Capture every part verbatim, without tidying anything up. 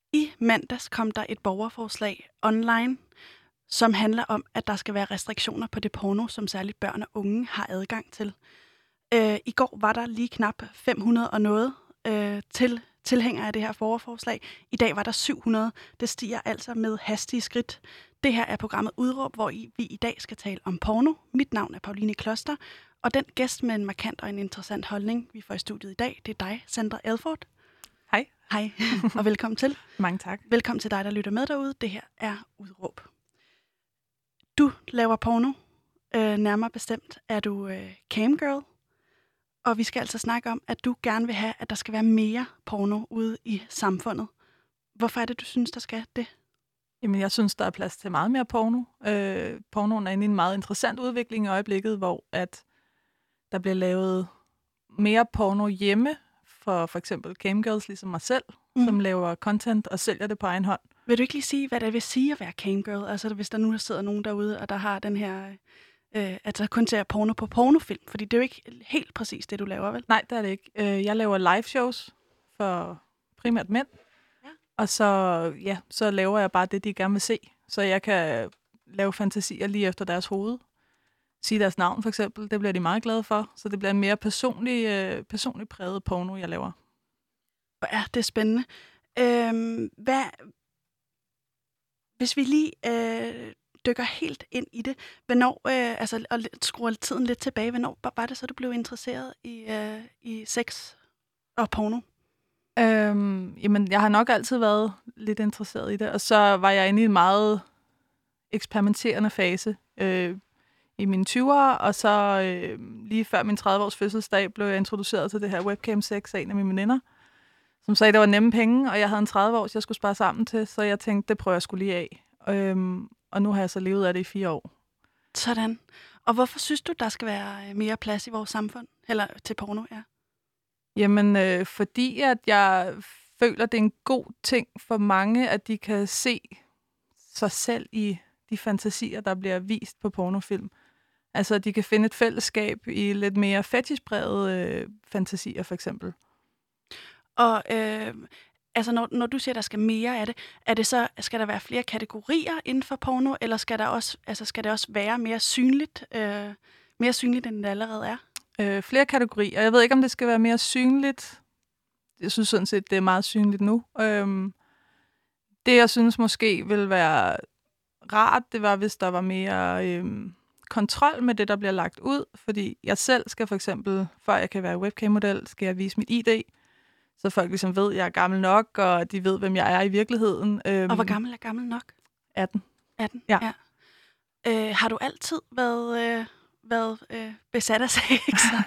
I mandags kom der et borgerforslag online, som handler om, at der skal være restriktioner på det porno, som særligt børn og unge har adgang til. Øh, I går var der lige knap fem hundrede og noget øh, til tilhængere af det her borgerforslag. I dag var der syv hundrede. Det stiger altså med hastige skridt. Det her er programmet Udråb, hvor vi i dag skal tale om porno. Mit navn er Pauline Kloster, og den gæst med en markant og en interessant holdning, vi får i studiet i dag, det er dig, Sandra Elford. Hej. Hej, og velkommen til. Mange tak. Velkommen til dig, der lytter med derude. Det her er Udråb. Du laver porno. Øh, nærmere bestemt er du øh, camgirl. Og vi skal altså snakke om, at du gerne vil have, at der skal være mere porno ude i samfundet. Hvorfor er det, du synes, der skal det? Jamen, jeg synes, der er plads til meget mere porno. Øh, pornoen er inde i en meget interessant udvikling i øjeblikket, hvor at der bliver lavet mere porno hjemme for for eksempel camgirls, ligesom mig selv, mm. som laver content og sælger det på egen hånd. Vil du ikke lige sige, hvad det vil sige at være camgirl? Altså, hvis der nu sidder nogen derude, og der har den her... Øh, at der kun ser porno på pornofilm, fordi det er jo ikke helt præcis det, du laver, vel? Nej, det er det ikke. Øh, jeg laver live shows for primært mænd, ja. og så, ja, så laver jeg bare det, de gerne vil se. Så jeg kan lave fantasier lige efter deres hoved. Sige deres navn, for eksempel. Det bliver de meget glade for. Så det bliver en mere personlig, øh, personlig præget porno, jeg laver. Ja, det er spændende. Øhm, hvad... Hvis vi lige... Øh... dykker helt ind i det. Hvornår, øh, altså, og skruer tiden lidt tilbage, hvornår var det så, du blev interesseret i, øh, i sex og porno? Øhm, jamen, jeg har nok altid været lidt interesseret i det, og så var jeg inde i en meget eksperimenterende fase øh, i mine tyvere, og så øh, lige før min tredive-års fødselsdag blev jeg introduceret til det her webcam sex af en af mine veninder, som sagde, at det var nemme penge, og jeg havde en tredive-års, jeg skulle spare sammen til, så jeg tænkte, det prøver jeg skulle lige af. Øhm, Og nu har jeg så levet af det i fire år. Sådan. Og hvorfor synes du, der skal være mere plads i vores samfund? Eller til porno, ja? Jamen, øh, fordi at jeg føler, det er en god ting for mange, at de kan se sig selv i de fantasier, der bliver vist på pornofilm. Altså, at de kan finde et fællesskab i lidt mere fetishbrede øh, fantasier, for eksempel. Og... Øh Altså, når, når du siger, der skal mere af det, er det så, skal der være flere kategorier inden for porno, eller skal, der også, altså, skal det også være mere synligt, øh, mere synligt, end det allerede er? Øh, flere kategorier. Jeg ved ikke, om det skal være mere synligt. Jeg synes sådan set, det er meget synligt nu. Øhm, det, jeg synes måske vil være rart, det var, hvis der var mere øhm, kontrol med det, der bliver lagt ud. Fordi jeg selv skal for eksempel, før jeg kan være webcam-model, skal jeg vise mit I D. Så folk ligesom ved, at jeg er gammel nok, og de ved, hvem jeg er i virkeligheden. Øhm, og hvor gammel er gammel nok? atten. atten, ja. ja. Øh, har du altid været, øh, været øh, besat af sex?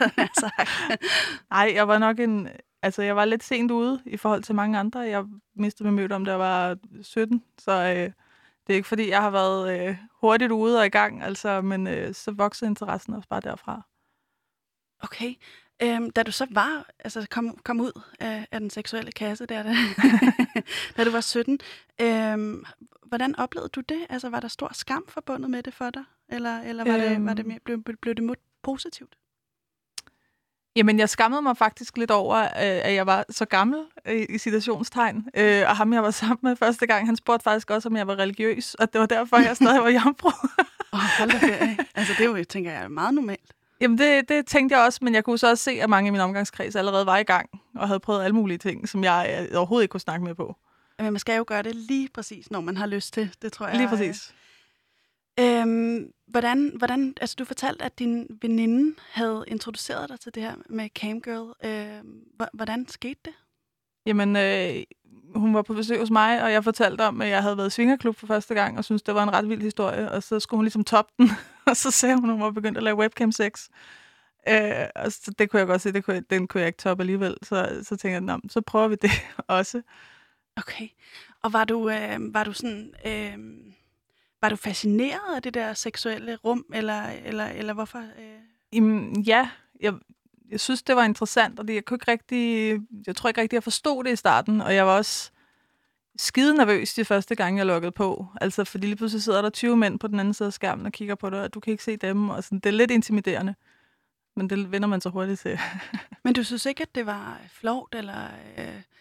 Nej, jeg var nok en... Altså, jeg var lidt sent ude i forhold til mange andre. Jeg mistede mig mødt om, da jeg var sytten, så øh, det er ikke, fordi jeg har været øh, hurtigt ude og i gang, altså, men øh, så voksede interessen også bare derfra. Okay. Øhm, da du så var, altså kom, kom ud af, af den seksuelle kasse der, da, da du var sytten, øhm, hvordan oplevede du det? Altså, var der stor skam forbundet med det for dig? Eller, eller var, øhm, det, var det mere, blev, blev det positivt? Jamen, jeg skammede mig faktisk lidt over, at jeg var så gammel i situationstegn. Og ham, jeg var sammen med første gang, han spurgte faktisk også, om jeg var religiøs, og det var derfor, jeg stadig var jomfru. Åh, hold da ferie. Altså, det er jo, tænker jeg, meget normalt. Jamen, det, det tænkte jeg også, men jeg kunne så også se, at mange i min omgangskreds allerede var i gang, og havde prøvet alle mulige ting, som jeg overhovedet ikke kunne snakke med på. Men man skal jo gøre det lige præcis, når man har lyst til det, tror jeg. Lige præcis. Øhm, hvordan, hvordan, altså du fortalte, at din veninde havde introduceret dig til det her med camgirl. Øhm, hvordan skete det? Jamen, øh, hun var på besøg hos mig, og jeg fortalte om, at jeg havde været i svingerklub for første gang, og syntes, det var en ret vild historie, og så skulle hun ligesom toppe den, og så sagde hun, at hun var begyndt at lave webcam sex. Øh, og så det kunne jeg godt se, det kunne, den kunne jeg ikke toppe alligevel, så, så tænkte jeg, så prøver vi det også. Okay, og var du, øh, var du sådan... Øh... Var du fascineret af det der seksuelle rum, eller, eller, eller hvorfor? Øh? Jamen, ja, jeg, jeg synes, det var interessant, og det, jeg, kunne ikke rigtig, jeg tror ikke rigtig, jeg forstod det i starten, og jeg var også skide nervøs de første gange, jeg lukkede på. Altså, fordi lige pludselig sidder der tyve mænd på den anden side af skærmen og kigger på dig, og du kan ikke se dem, og sådan, det er lidt intimiderende, men det vender man så hurtigt til. Men du synes ikke, at det var flovt, eller... Øh,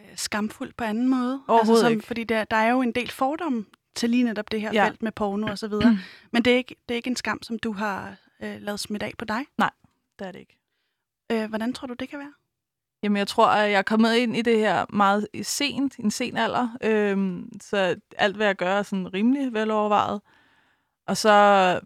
skamfuldt på anden måde? Overhovedet altså, som, ikke. Fordi der, der er jo en del fordomme til lige netop det her Ja. felt med porno og så videre. Men det er, ikke, det er ikke en skam, som du har øh, lavet smidt af på dig? Nej, det er det ikke. Øh, hvordan tror du, det kan være? Jamen, jeg tror, at jeg er kommet ind i det her meget sent, i en sen alder. Øhm, så alt, hvad jeg gør, er sådan rimelig velovervejet. Og så,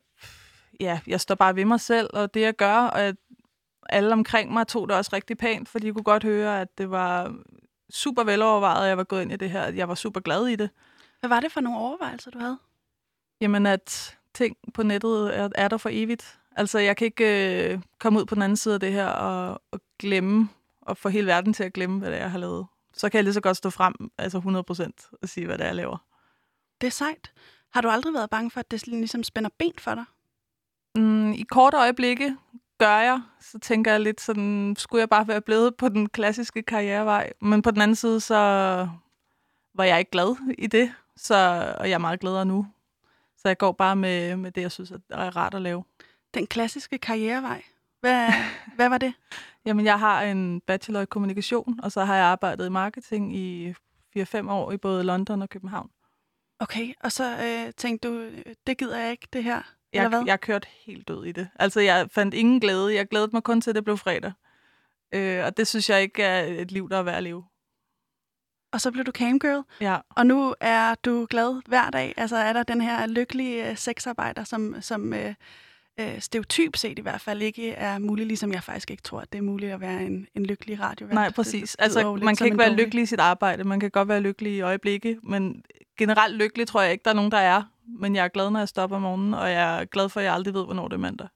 ja, jeg står bare ved mig selv, og det, jeg gør, og jeg, alle omkring mig tog det også rigtig pænt, fordi de kunne godt høre, at det var super velovervejet, at jeg var gået ind i det her, at jeg var super glad i det. Hvad var det for nogle overvejelser, du havde? Jamen, at ting på nettet er, er der for evigt. Altså, jeg kan ikke øh, komme ud på den anden side af det her og, og glemme, og få hele verden til at glemme, hvad det er, jeg har lavet. Så kan jeg lige så godt stå frem, altså hundrede procent, og sige, hvad det er, jeg laver. Det er sejt. Har du aldrig været bange for, at det ligesom spænder ben for dig? Mm, I korte øjeblikke gør jeg, så tænker jeg lidt sådan, skulle jeg bare være blevet på den klassiske karrierevej. Men på den anden side, så var jeg ikke glad i det, så, og jeg er meget gladere nu. Så jeg går bare med, med det, jeg synes er rart at lave. Den klassiske karrierevej. Hvad, hvad var det? Jamen, jeg har en bachelor i kommunikation, og så har jeg arbejdet i marketing i fire fem år i både London og København. Okay, og så øh, tænkte du, det gider jeg ikke, det her, jeg, eller hvad? Jeg kørte helt død i det. Altså, jeg fandt ingen glæde. Jeg glædede mig kun til, at det blev fredag. Øh, og det synes jeg ikke er et liv, der er værd at leve. Og så blev du camgirl, ja. Og nu er du glad hver dag. Altså er der den her lykkelige øh, sexarbejder, som, som øh, øh, stereotyp set i hvert fald ikke er mulig, ligesom jeg faktisk ikke tror, at det er muligt at være en, en lykkelig radiovært. Nej, præcis. Det, det altså, man kan ikke være dårlig. lykkelig i sit arbejde. Man kan godt være lykkelig i øjeblikke, men generelt lykkelig tror jeg ikke, der er nogen, der er. Men jeg er glad, når jeg stopper om morgenen, og jeg er glad for, at jeg aldrig ved, hvornår det er mandag.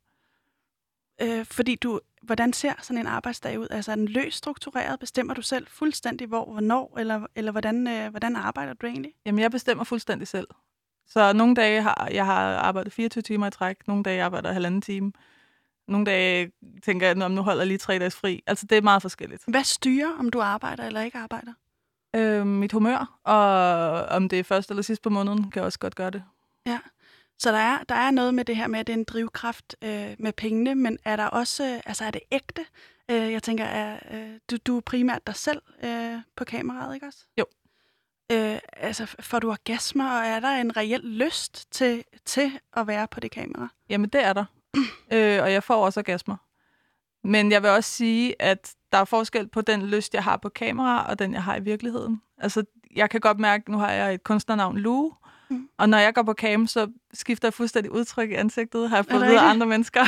Øh, fordi du, hvordan ser sådan en arbejdsdag ud? Altså er den løst struktureret? Bestemmer du selv fuldstændig hvor, hvornår, eller, eller hvordan, øh, hvordan arbejder du egentlig? Jamen, jeg bestemmer fuldstændig selv. Så nogle dage har jeg har arbejdet fireogtyve timer i træk, nogle dage arbejder jeg halvanden time. Nogle dage tænker jeg, at nu holder jeg lige tre dages fri. Altså, det er meget forskelligt. Hvad styrer, om du arbejder eller ikke arbejder? Øh, mit humør, og om det er først eller sidst på måneden, kan jeg også godt gøre det. Ja, så der er, der er noget med det her med, at det er en drivkraft øh, med pengene, men er der også, øh, altså er det ægte? Øh, jeg tænker, at øh, du, du er primært dig selv øh, på kameraet, ikke også? Jo. Øh, altså, får du orgasmer, og er der en reel lyst til, til at være på det kamera? Jamen, det er der. øh, og jeg får også orgasmer. Men jeg vil også sige, at der er forskel på den lyst, jeg har på kamera, og den, jeg har i virkeligheden. Altså, jeg kan godt mærke, nu har jeg et kunstnernavn, Lue, mm. og når jeg går på cam, så skifter jeg fuldstændig udtryk i ansigtet, har jeg fået ved andre mennesker.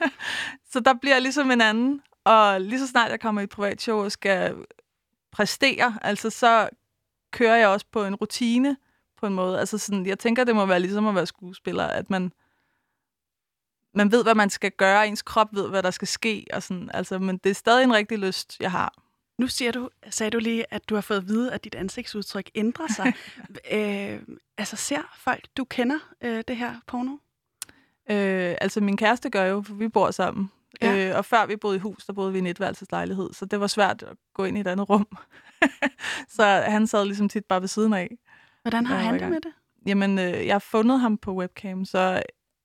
Så der bliver ligesom en anden, og lige så snart jeg kommer i et privatshow og skal præstere, altså så kører jeg også på en rutine på en måde. Altså sådan, jeg tænker, det må være ligesom at være skuespiller, at man man ved, hvad man skal gøre, ens krop ved, hvad der skal ske, og sådan, altså, men det er stadig en rigtig lyst, jeg har. Nu siger du, sagde du lige, at du har fået at vide, at dit ansigtsudtryk ændrer sig. øh, altså, ser folk, du kender øh, det her porno? Øh, altså, min kæreste gør jo, for vi bor sammen. Ja. Øh, og før vi boede i hus, der boede vi i en etværelseslejlighed, så det var svært at gå ind i et andet rum. Så han sad ligesom tit bare ved siden af. Hvordan har han det med det? Jamen, øh, jeg har fundet ham på webcam, så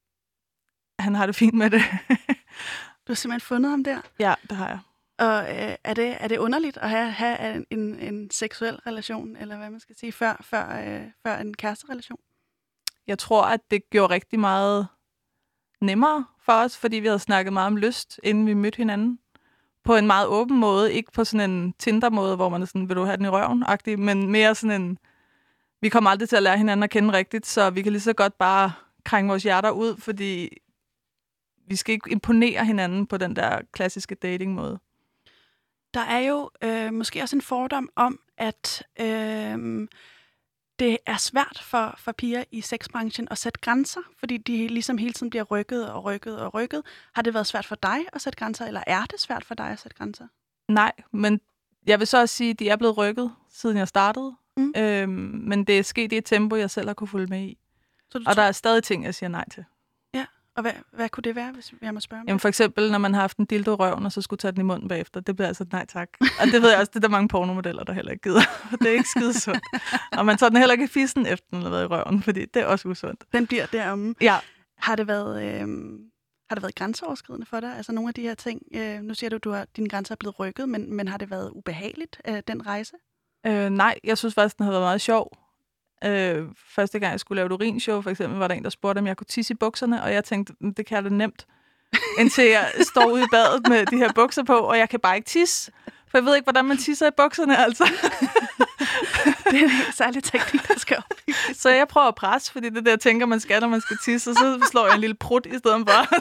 han har det fint med det. Du har simpelthen fundet ham der? Ja, det har jeg. Og øh, er, det, er det underligt at have, have en, en seksuel relation, eller hvad man skal sige, før, før, øh, før en kæresterelation? Jeg tror, at det gjorde rigtig meget nemmere for os, fordi vi havde snakket meget om lyst, inden vi mødte hinanden. På en meget åben måde, ikke på sådan en Tinder-måde, hvor man er sådan, vil du have den i røven-agtig, men mere sådan en, vi kommer aldrig til at lære hinanden at kende rigtigt, så vi kan lige så godt bare krænge vores hjerter ud, fordi vi skal ikke imponere hinanden på den der klassiske dating-måde. Der er jo øh, måske også en fordom om, at øh, det er svært for, for piger i sexbranchen at sætte grænser, fordi de ligesom hele tiden bliver rykket og rykket og rykket. Har det været svært for dig at sætte grænser, eller er det svært for dig at sætte grænser? Nej, men jeg vil så også sige, at de er blevet rykket, siden jeg startede. Mm. Øhm, men det er sket i et tempo, jeg selv har kunne følge med i. Så og tror... der er stadig ting, jeg siger nej til. Og hvad, hvad kunne det være, hvis jeg må spørge om Jamen for eksempel, når man har haft en dildo i røven, og så skulle tage den i munden bagefter. Det bliver altså nej tak. Og det ved jeg også, det er der mange pornomodeller, der heller ikke gider. Det er ikke skide sundt. Og man tager den heller ikke i fissen, efter den har været i røven, fordi det er også usundt. Den bliver deromme. Ja. Har det været, øh, har det været grænseoverskridende for dig? Altså nogle af de her ting, øh, nu siger du, at du har, dine grænser er blevet rykket, men, men har det været ubehageligt, øh, den rejse? Øh, nej, jeg synes faktisk, den har været meget sjov. Øh, første gang, jeg skulle lave et urinshow, for eksempel, var der en, der spurgte, om jeg kunne tisse i bukserne, og jeg tænkte, det kan jeg da nemt. Indtil jeg står ude i badet med de her bukser på, og jeg kan bare ikke tisse. For jeg ved ikke, hvordan man tisser i bukserne, altså. Det er en helt særlig teknik, der skal op. Så jeg prøver at presse, fordi det er det, jeg tænker, man skal, når man skal tisse, og så slår jeg en lille prut i stedet for.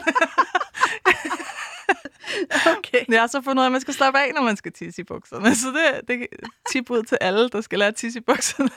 Okay. Jeg har så fundet ud af, at man skal slappe af, når man skal tisse i bukserne. Så det, det er tip ud til alle, der skal lære at tisse i bukserne.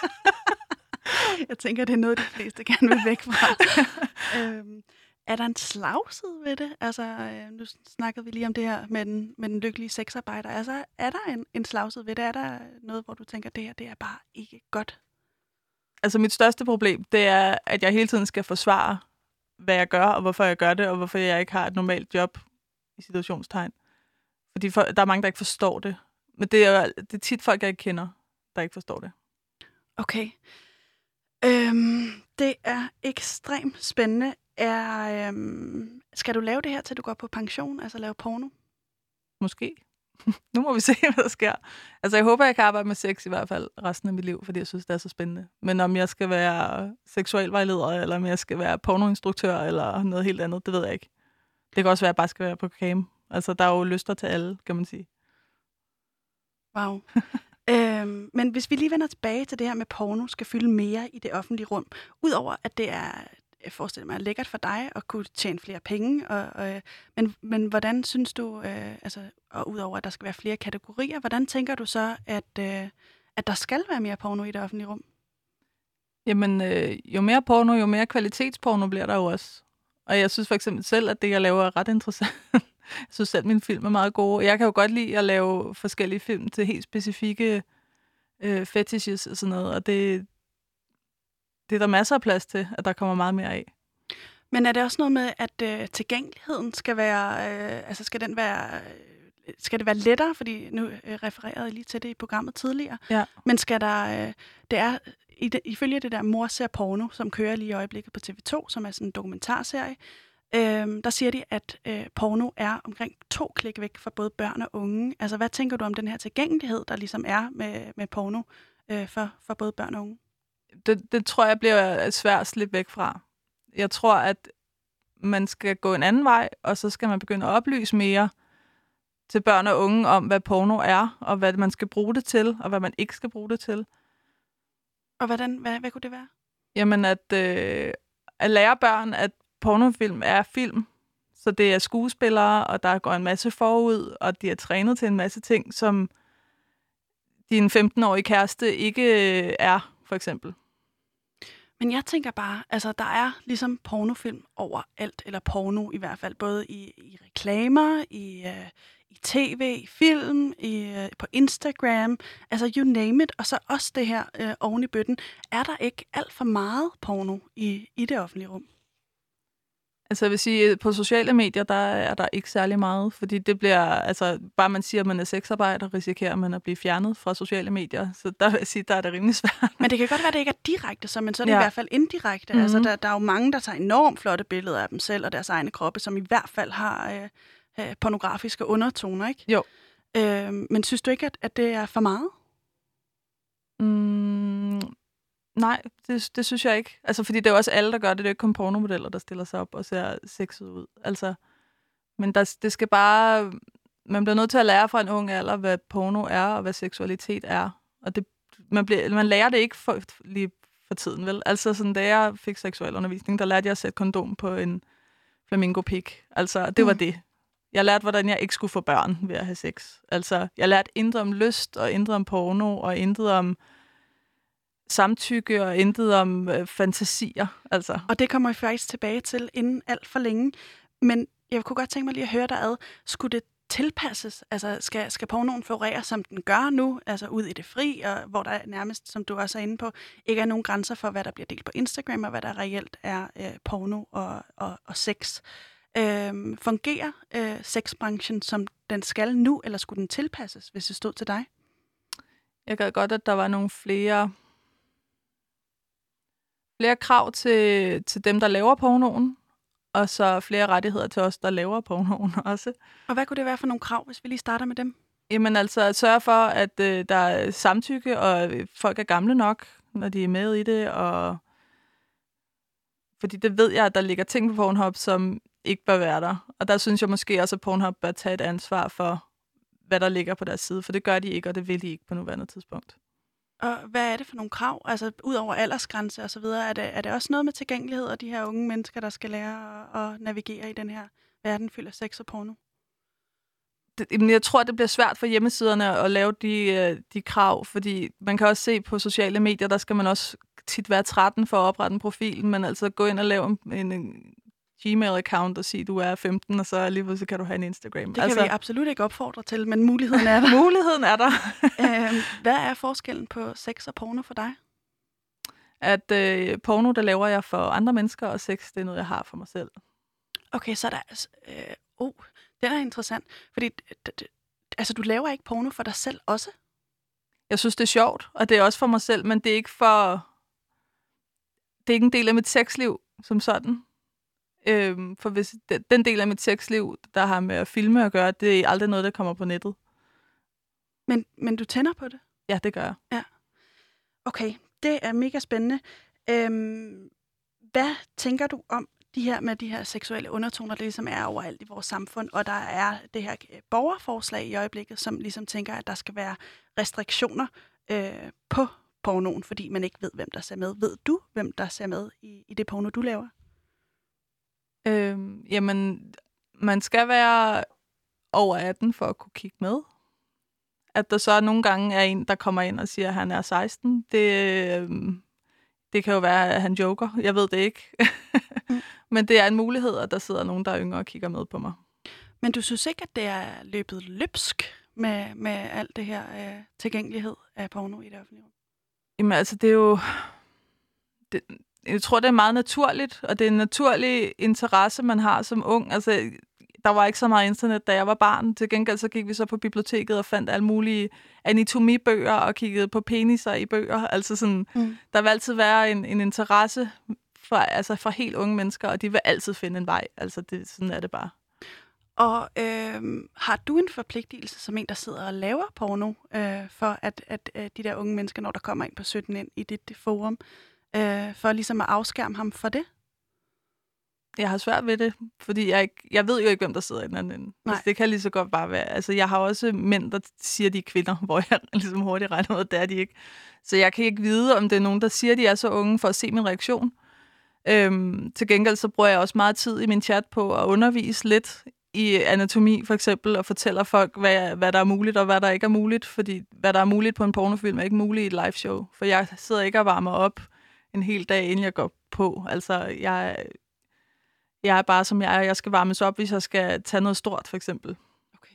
Jeg tænker, det er noget, de fleste gerne vil væk fra. øhm, er der en slagside ved det? Altså, øh, nu snakkede vi lige om det her med den, med den lykkelige sexarbejder. Altså, er der en, en slagside ved det? Er der noget, hvor du tænker, det her det er bare ikke godt? Altså, mit største problem, det er, at jeg hele tiden skal forsvare, hvad jeg gør, og hvorfor jeg gør det, og hvorfor jeg ikke har et normalt job, i situationstegn. Fordi for, der er mange, der ikke forstår det. Men det er, det er tit folk, jeg ikke kender, der ikke forstår det. Okay. Øhm, det er ekstremt spændende. Er, øhm, skal du lave det her, til du går på pension? Altså lave porno? Måske. Nu må vi se, hvad der sker. Altså, jeg håber, jeg kan arbejde med sex i hvert fald resten af mit liv, fordi jeg synes, det er så spændende. Men om jeg skal være seksualvejleder, eller om jeg skal være pornoinstruktør, eller noget helt andet, det ved jeg ikke. Det kan også være, at jeg bare skal være på cam. Altså, der er jo lyster til alle, kan man sige. Wow. øhm, men hvis vi lige vender tilbage til det her med, porno skal fylde mere i det offentlige rum, udover at det er, jeg forestiller mig, lækkert for dig at kunne tjene flere penge, og, og, men, men hvordan synes du, øh, altså, og udover at der skal være flere kategorier, hvordan tænker du så, at, øh, at der skal være mere porno i det offentlige rum? Jamen, øh, jo mere porno, jo mere kvalitetsporno bliver der jo også. Og jeg synes for eksempel selv, at det, jeg laver, er ret interessant. Jeg synes selv, at mine film er meget gode. Jeg kan jo godt lide at lave forskellige film til helt specifikke øh, fetishes og sådan noget, og det, det er der masser af plads til, at der kommer meget mere af. Men er det også noget med, at øh, tilgængeligheden skal være, øh, altså skal den være, øh, skal det være lettere, fordi nu øh, refererede jeg lige til det i programmet tidligere, Ja. Men skal der, øh, det er, i det, ifølge det der Mor ser porno, som kører lige i øjeblikket på T V to, som er sådan en dokumentarserie, øh, der siger de, at øh, porno er omkring to klik væk for både børn og unge. Altså, hvad tænker du om den her tilgængelighed, der ligesom er med, med porno øh, for, for både børn og unge? Det, det tror jeg bliver svært at slippe væk fra. Jeg tror, at man skal gå en anden vej, og så skal man begynde at oplyse mere til børn og unge om, hvad porno er, og hvad man skal bruge det til, og hvad man ikke skal bruge det til. Og hvordan, hvad, hvad kunne det være? Jamen, at, øh, at lære børn, at pornofilm er film. Så det er skuespillere, og der går en masse forud, og de er trænet til en masse ting, som din femten-årige kæreste ikke øh, er, for eksempel. Men jeg tænker bare, altså der er ligesom pornofilm overalt, eller porno i hvert fald, både i, i reklamer, i, øh, i tv, i film, i, øh, på Instagram, altså you name it, og så også det her øh, oven i bøtten. Er der ikke alt for meget porno i, i det offentlige rum? Altså jeg vil sige, på sociale medier, der er der ikke særlig meget, fordi det bliver, altså bare man siger, at man er sexarbejder, risikerer man at blive fjernet fra sociale medier. Så der vil jeg sige, der er det rimelig svært. Men det kan godt være, at det ikke er direkte, så, men så er det ja. i hvert fald indirekte. Mm-hmm. Altså der, der er jo mange, der tager enormt flotte billeder af dem selv og deres egne kroppe, som i hvert fald har øh, øh, pornografiske undertoner, ikke? Jo. Øh, men synes du ikke, at, at det er for meget? Mm. Nej, det, det synes jeg ikke. Altså, fordi det er jo også alle, der gør det. Det er ikke kun pornomodeller, der stiller sig op og ser sexet ud. Altså, men der, det skal bare... Man bliver nødt til at lære fra en ung alder, hvad porno er, og hvad seksualitet er. Og det, man, bliver, man lærer det ikke for, lige for tiden, vel? Altså, sådan, da jeg fik seksuel undervisning, der lærte jeg at sætte kondom på en flamingo-pik. Altså, det var mm. det. Jeg lærte, hvordan jeg ikke skulle få børn ved at have sex. Altså, jeg lærte intet om lyst, og intet om porno, og intet om samtykke og intet om øh, fantasier. Altså. Og det kommer vi faktisk tilbage til inden alt for længe. Men jeg kunne godt tænke mig lige at høre dig ad. Skulle det tilpasses? Altså skal, skal pornoen florere, som den gør nu, altså ud i det fri, og hvor der nærmest, som du også er inde på, ikke er nogen grænser for, hvad der bliver delt på Instagram, og hvad der reelt er øh, porno og, og, og sex. Øh, fungerer øh, sexbranchen, som den skal nu, eller skulle den tilpasses, hvis det stod til dig? Jeg gad godt, at der var nogle flere... flere krav til, til dem, der laver pornoen, og så flere rettigheder til os, der laver pornoen også. Og hvad kunne det være for nogle krav, hvis vi lige starter med dem? Jamen altså, at sørge for, at øh, der er samtykke, og folk er gamle nok, når de er med i det, og fordi det ved jeg, at der ligger ting på Pornhub, som ikke bør være der. Og der synes jeg måske også, at Pornhub bør tage et ansvar for, hvad der ligger på deres side, for det gør de ikke, og det vil de ikke på nuværende tidspunkt. Og hvad er det for nogle krav? Altså, ud over aldersgrænse og så videre, er det, er det også noget med tilgængelighed og de her unge mennesker, der skal lære at, at navigere i den her verden fyldt af sex og porno? Det, jeg tror, det bliver svært for hjemmesiderne at lave de, de krav, fordi man kan også se på sociale medier, der skal man også tit være tretten for at oprette en profil, men altså gå ind og lave en, en Gmail-account og sige, du er femten, og så lige pludselig kan du have en Instagram. Det kan altså, vi absolut ikke opfordre til, men muligheden er der. muligheden er der. øhm, hvad er forskellen på sex og porno for dig? At øh, porno, der laver jeg for andre mennesker, og sex, det er noget, jeg har for mig selv. Okay, så er der altså... Øh, oh, den er interessant, fordi d- d- altså, du laver ikke porno for dig selv også? Jeg synes, det er sjovt, og det er også for mig selv, men det er ikke for... Det er ikke en del af mit sexliv som sådan. Øhm, for hvis den del af mit sexliv, der har med at filme at gøre, det er aldrig noget, der kommer på nettet. Men, men du tænder på det? Ja, det gør jeg. Ja. Okay, det er mega spændende. Øhm, hvad tænker du om de her med de her seksuelle undertoner, der ligesom er overalt i vores samfund, og der er det her borgerforslag i øjeblikket, som ligesom tænker, at der skal være restriktioner øh, på pornoen, fordi man ikke ved, hvem der ser med. Ved du, hvem der ser med i, i det porno, du laver? Øhm, jamen, man skal være over atten for at kunne kigge med. At der så nogle gange er en, der kommer ind og siger, at han er seksten, det, øhm, det kan jo være, at han joker. Jeg ved det ikke. mm. Men det er en mulighed, at der sidder nogen, der er yngre og kigger med på mig. Men du synes ikke, at det er løbet løbsk med, med alt det her øh, tilgængelighed af porno i det offentlige rum? Jamen altså, det er jo... Det, jeg tror, det er meget naturligt, og det er en naturlig interesse, man har som ung. Altså, der var ikke så meget internet, da jeg var barn. Til gengæld så gik vi så på biblioteket og fandt alle mulige anatomibøger og kiggede på peniser i bøger. Altså sådan, mm. der vil altid være en, en interesse for, altså for helt unge mennesker, og de vil altid finde en vej. Altså, det, sådan er det bare. Og øh, har du en forpligtelse som en, der sidder og laver porno, øh, for at, at, at de der unge mennesker, når der kommer ind på sytten ind i dit, dit forum, øh, for ligesom at afskærme ham for det? Jeg har svært ved det, fordi jeg, ikke, jeg ved jo ikke, hvem der sidder i den anden ende. Altså, det kan lige så godt bare være. Altså, jeg har også mænd, der siger, de er kvinder, hvor jeg ligesom hurtigt regner ud, at det er de ikke. Så jeg kan ikke vide, om det er nogen, der siger, de er så unge, for at se min reaktion. Øhm, til gengæld så bruger jeg også meget tid i min chat på at undervise lidt i anatomi, for eksempel, og fortæller folk, hvad, hvad der er muligt, og hvad der ikke er muligt. Fordi hvad der er muligt på en pornofilm, er ikke muligt i et liveshow. For jeg sidder ikke og varmer op en hel dag, inden jeg går på. Altså, jeg... Jeg er bare som jeg er. Jeg skal varmes op, hvis jeg skal tage noget stort, for eksempel. Okay.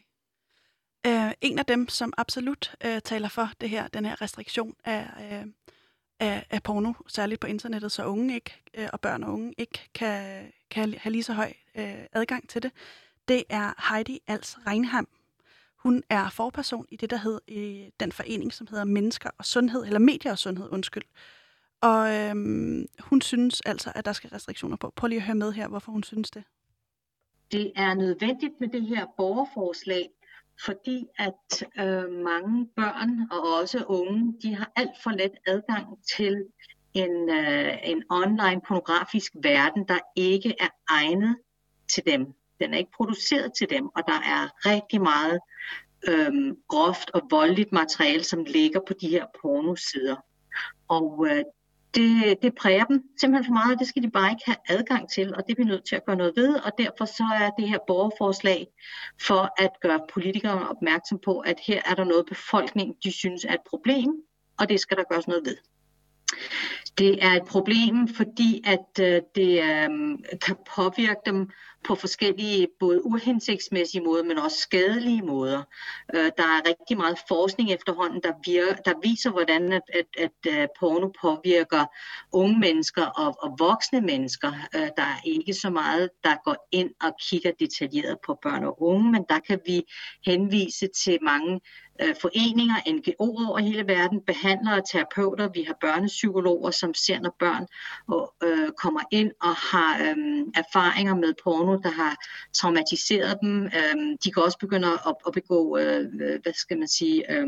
Øh, en af dem, som absolut øh, taler for det her, den her restriktion af, øh, af, af porno, særligt på internettet, så unge ikke, øh, og børn og unge ikke kan, kan have lige så høj øh, adgang til det, det er Heidi Als Reinheim. Hun er forperson i det, der hedder i den forening, som hedder Mennesker og Sundhed, eller Medier og Sundhed, undskyld. Og øhm, hun synes altså, at der skal restriktioner på. Prøv lige at høre med her, hvorfor hun synes det. Det er nødvendigt med det her borgerforslag, fordi at øh, mange børn og også unge, de har alt for let adgang til en, øh, en online pornografisk verden, der ikke er egnet til dem. Den er ikke produceret til dem, og der er rigtig meget øh, groft og voldeligt materiale, som ligger på de her pornosider. Og øh, Det, det præger dem simpelthen for meget, og det skal de bare ikke have adgang til, og det er vi nødt til at gøre noget ved, og derfor så er det her borgerforslag for at gøre politikere opmærksom på, at her er der noget befolkningen, de synes er et problem, og det skal der gøres noget ved. Det er et problem, fordi at øh, det øh, kan påvirke dem på forskellige, både uhensigtsmæssige måder, men også skadelige måder. Øh, der er rigtig meget forskning efterhånden, der, virker, der viser, hvordan at, at, at, at porno påvirker unge mennesker og, og voksne mennesker. Øh, der er ikke så meget, der går ind og kigger detaljeret på børn og unge, men der kan vi henvise til mange øh, foreninger, N G O'er over hele verden, behandlere og terapeuter. Vi har børnepsykologer, som ser, når børn og, øh, kommer ind og har øh, erfaringer med porno porno, der har traumatiseret dem. Øhm, de kan også begynde at, at begå, øh, hvad skal man sige, øh,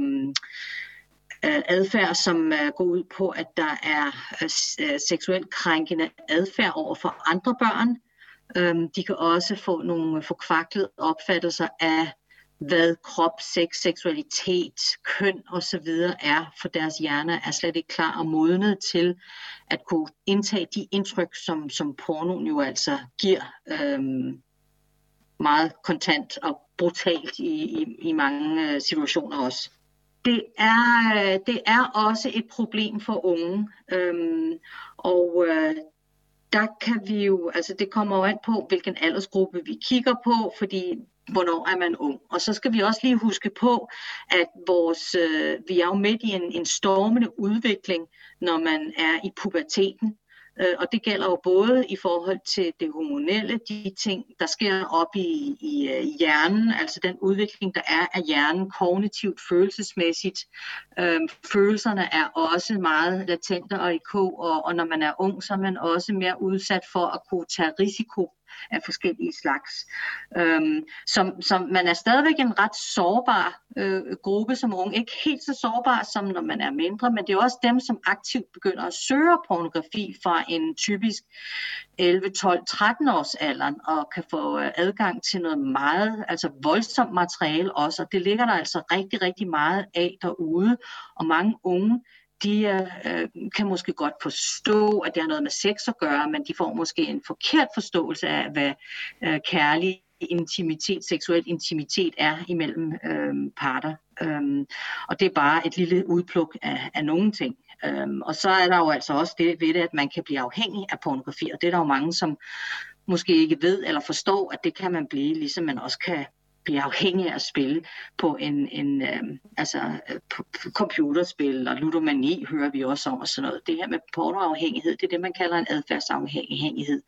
adfærd, som uh, går ud på, at der er uh, seksuelt krænkende adfærd over for andre børn. Um, de kan også få nogle forkvaklede opfattelser af, hvad krop, sex, seksualitet, køn osv. er, for deres hjerner er slet ikke klar og modnet til at kunne indtage de indtryk, som, som pornoen jo altså giver um, meget kontant og brutalt i, i, i mange uh, situationer også. Det er, det er også et problem for unge, øhm, og øh, der kan vi jo, altså det kommer jo an på, hvilken aldersgruppe vi kigger på, fordi hvornår er man ung. Og så skal vi også lige huske på, at vores, øh, vi er jo midt i en, en stormende udvikling, når man er i puberteten. Og det gælder jo både i forhold til det hormonelle, de ting, der sker op i, i, i hjernen, altså den udvikling, der er af hjernen, kognitivt, følelsesmæssigt. Øhm, følelserne er også meget latente og i kog, og, og når man er ung, så er man også mere udsat for at kunne tage risiko af forskellige slags. Øhm, som, som man er stadigvæk en ret sårbar øh, gruppe som unge. Ikke helt så sårbar som når man er mindre, men det er også dem, som aktivt begynder at søge pornografi fra en typisk elleve, tolv, tretten års alderen og kan få øh, adgang til noget meget, altså voldsomt materiale også. Og det ligger der altså rigtig, rigtig meget af derude. Og mange unge, de øh, kan måske godt forstå, at det har noget med sex at gøre, men de får måske en forkert forståelse af, hvad øh, kærlig intimitet, seksuel intimitet er imellem øh, parter. Um, og det er bare et lille udpluk af, af nogle ting. Um, og så er der jo altså også det ved det, at man kan blive afhængig af pornografi, og det er der jo mange, som måske ikke ved eller forstår, at det kan man blive, ligesom man også kan blive afhængig af at spille på en, en øh, altså på computerspil, og ludomani hører vi også om og sådan noget. Det her med pornoafhængighed, det er det, man kalder en adfærdsafhængighed.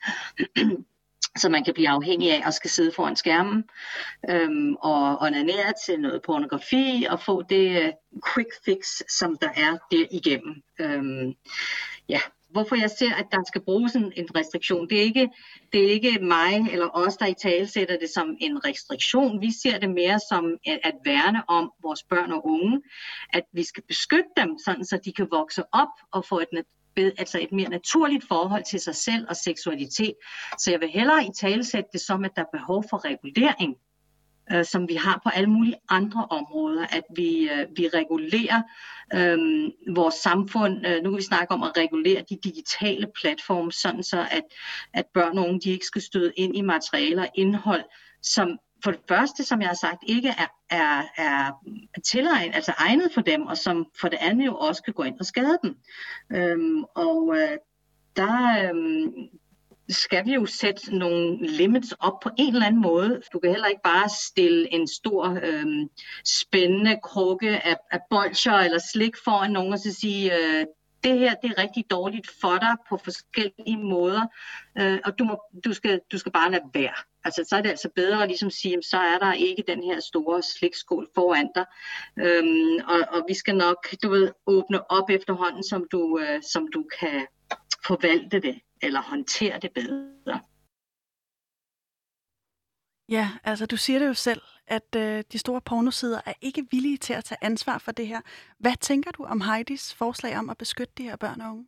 Så man kan blive afhængig af at skal sidde foran skærmen øhm, og onanere til noget pornografi og få det uh, quick fix, som der er der igennem. Øhm, ja. Hvorfor jeg ser, at der skal bruges en, en restriktion, det er, ikke, det er ikke mig eller os, der i tale sætter det som en restriktion. Vi ser det mere som at, at værne om vores børn og unge, at vi skal beskytte dem, sådan så de kan vokse op og få et, altså et mere naturligt forhold til sig selv og seksualitet. Så jeg vil hellere i tale sætte det som, at der er behov for regulering, øh, som vi har på alle mulige andre områder, at vi, øh, vi regulerer øh, vores samfund. Øh, nu kan vi snakke om at regulere de digitale platforme, sådan så at, at børn og unge de ikke skal støde ind i materialer og indhold, som for det første, som jeg har sagt, ikke er, er, er tilegnet, altså egnet for dem, og som for det andet jo også kan gå ind og skade dem. Øhm, og øh, der øh, skal vi jo sætte nogle limits op på en eller anden måde. Du kan heller ikke bare stille en stor øh, spændende krukke af, af bolcher eller slik foran nogen og så sige, øh, det her det er rigtig dårligt for dig på forskellige måder, øh, og du, må, du, skal, du skal bare lade være. Altså, så er det altså bedre at ligesom sige, så er der ikke den her store slikskål foran dig, øhm, og, og vi skal nok, du ved, åbne op efterhånden, som du, øh, som du kan forvalte det, eller håndtere det bedre. Ja, altså du siger det jo selv, at øh, de store pornosider er ikke villige til at tage ansvar for det her. Hvad tænker du om Heidis forslag om at beskytte de her børn og unge?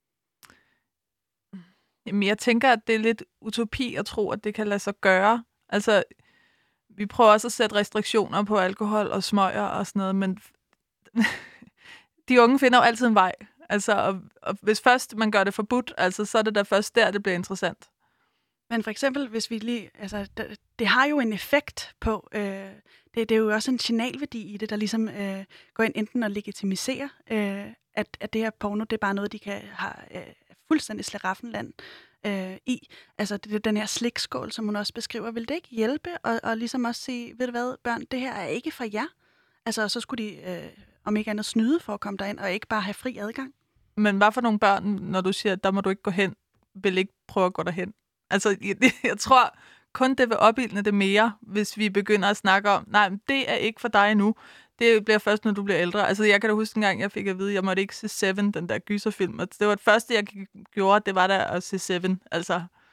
Jamen, jeg tænker, at det er lidt utopi at tro, at det kan lade sig gøre. Altså, vi prøver også at sætte restriktioner på alkohol og smøger og sådan noget, men de unge finder jo altid en vej. Altså, og, og hvis først man gør det forbudt, altså, så er det da først der, det bliver interessant. Men for eksempel, hvis vi lige, altså, det, det har jo en effekt på, øh, det, det er jo også en signalværdi i det, der ligesom øh, går ind enten og legitimiserer, øh, at, at det her porno, det er bare noget, de kan have øh, fuldstændig slaraffenland øh, i. Altså det, den her slikskål, som hun også beskriver, vil det ikke hjælpe? Og, og ligesom også sige, ved du hvad, børn, det her er ikke fra jer. Altså så skulle de, øh, om ikke andet, snyde for at komme derind, og ikke bare have fri adgang. Men hvad for nogle børn, når du siger, at der må du ikke gå hen, vil ikke prøve at gå derhen? Altså, jeg, jeg tror kun, det vil opildne det mere, hvis vi begynder at snakke om, nej, men det er ikke for dig nu. Det bliver først, når du bliver ældre. Altså, jeg kan da huske en gang, jeg fik at vide, at jeg måtte ikke se Seven, den der gyserfilm. Og det var det første, jeg gjorde, det var da at se Seven. Altså,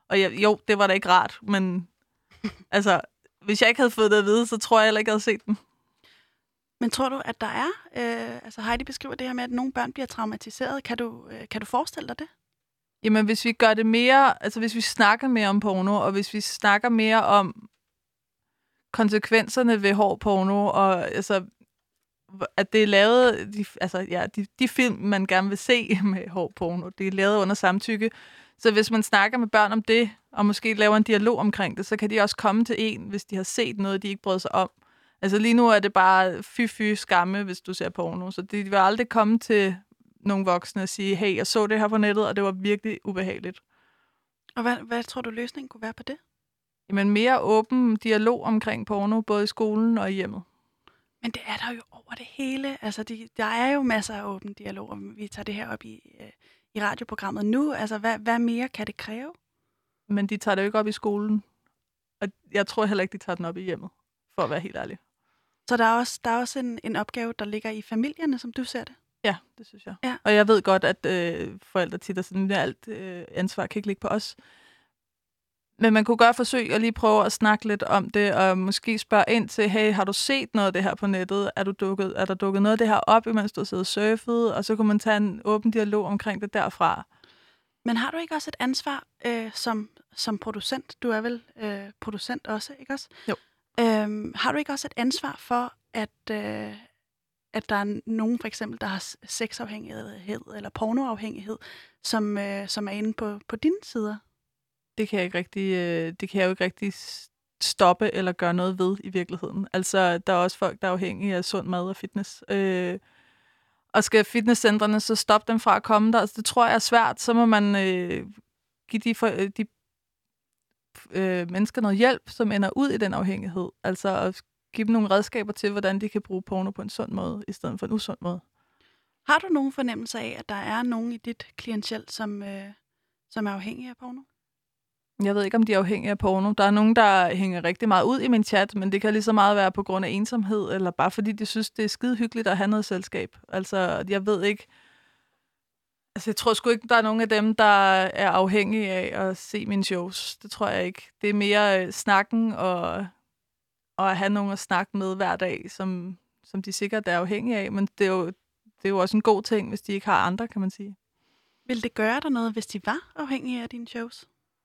Og jeg, jo, det var da ikke rart, men altså, hvis jeg ikke havde fået det at vide, så tror jeg heller ikke, jeg havde set den. Men tror du, at der er... Øh, altså Heidi beskriver det her med, at nogle børn bliver traumatiseret. Kan du, øh, kan du forestille dig det? Jamen, hvis vi gør det mere... Altså, hvis vi snakker mere om porno, og hvis vi snakker mere om konsekvenserne ved hård porno, og altså, at det er lavet... De, altså, ja, de, de film, man gerne vil se med hård porno, det er lavet under samtykke. Så hvis man snakker med børn om det, og måske laver en dialog omkring det, så kan de også komme til en, hvis de har set noget, de ikke bryder sig om. Altså lige nu er det bare fy-fy skamme, hvis du ser porno. Så de vil aldrig komme til nogle voksne og sige, hey, jeg så det her på nettet, og det var virkelig ubehageligt. Og hvad, hvad tror du, løsningen kunne være på det? Jamen mere åben dialog omkring porno, både i skolen og i hjemmet. Men det er der jo over det hele. Altså, de, der er jo masser af åben dialog, og vi tager det her op i, øh, i radioprogrammet nu. Altså, hvad, hvad mere kan det kræve? Men de tager det jo ikke op i skolen. Og jeg tror heller ikke, de tager den op i hjemmet, for at være helt ærlig. Så der er også, der er også en, en opgave, der ligger i familierne, som du ser det? Ja, det synes jeg. Ja. Og jeg ved godt, at øh, forældre tit er sådan, at alt øh, ansvar kan ikke ligge på os. Men man kunne gøre forsøg og lige prøve at snakke lidt om det, og måske spørge ind til, hey, har du set noget af det her på nettet? Er, du dukket, er der dukket noget af det her op, imens du har siddet og surfet? Og så kunne man tage en åben dialog omkring det derfra. Men har du ikke også et ansvar øh, som, som producent? Du er vel øh, producent også, ikke også? Jo. Øhm, har du ikke også et ansvar for, at, øh, at der er nogen, for eksempel, der har sexafhængighed eller pornoafhængighed, som, øh, som er inde på, på dine sider? Det kan jeg ikke rigtig, øh, det kan jeg jo ikke rigtig stoppe eller gøre noget ved i virkeligheden. Altså, der er også folk, der er afhængige af sund mad og fitness. Øh, og skal fitnesscentrene så stoppe dem fra at komme der? Altså, det tror jeg er svært. Så må man øh, give de, for, de øh, mennesker noget hjælp, som ender ud i den afhængighed. Altså at give dem nogle redskaber til, hvordan de kan bruge porno på en sund måde, i stedet for en usund måde. Har du nogen fornemmelse af, at der er nogen i dit klientel, som, øh, som er afhængige af porno? Jeg ved ikke, om de er afhængige af porno. Der er nogen, der hænger rigtig meget ud i min chat, men det kan lige så meget være på grund af ensomhed, eller bare fordi de synes, det er skide hyggeligt at have noget selskab. Altså, jeg ved ikke... Altså, jeg tror sgu ikke, der er nogen af dem, der er afhængige af at se mine shows. Det tror jeg ikke. Det er mere øh, snakken og, og at have nogen at snakke med hver dag, som, som de sikkert er afhængige af. Men det er, jo, det er jo også en god ting, hvis de ikke har andre, kan man sige. Vil det gøre dig noget, hvis de var afhængige af dine shows?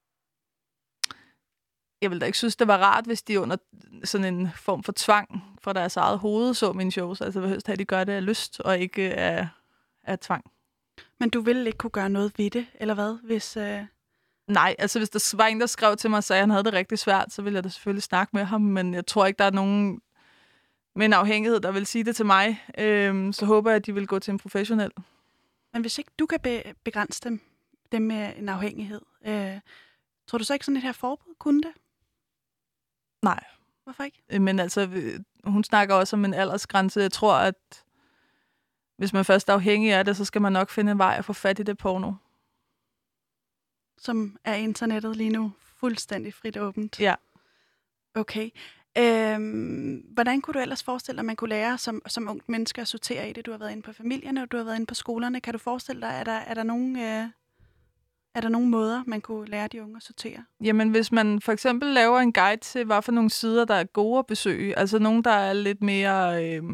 Jeg ville da ikke synes, det var rart, hvis de under sådan en form for tvang fra deres eget hoved så mine shows. Altså, jeg vil helst have, at de gør det af lyst og ikke af, af tvang. Men du ville ikke kunne gøre noget ved det, eller hvad? Hvis, øh... Nej, altså hvis der var en, der skrev til mig og sagde, at han havde det rigtig svært, så ville jeg da selvfølgelig snakke med ham. Men jeg tror ikke, der er nogen med en afhængighed, der vil sige det til mig. Øhm, så håber jeg, at de vil gå til en professionel. Men hvis ikke du kan be- begrænse dem, dem med en afhængighed, øh, tror du så ikke sådan et her forbud kunne det? Nej. Hvorfor ikke? Men altså, hun snakker også om en aldersgrænse. Jeg tror, at hvis man først er afhængig af det, så skal man nok finde en vej at få fat i det porno. Som er internettet lige nu fuldstændig frit åbent? Ja. Okay. Øhm, hvordan kunne du ellers forestille dig, at man kunne lære som, som ungt menneske at sortere i det? Du har været inde på familierne, og du har været inde på skolerne. Kan du forestille dig, er der, er der nogen... Øh Er der nogle måder, man kunne lære de unge at sortere? Jamen, hvis man for eksempel laver en guide til, hvad for nogle sider, der er gode at besøge, altså nogle, der er lidt mere, øh,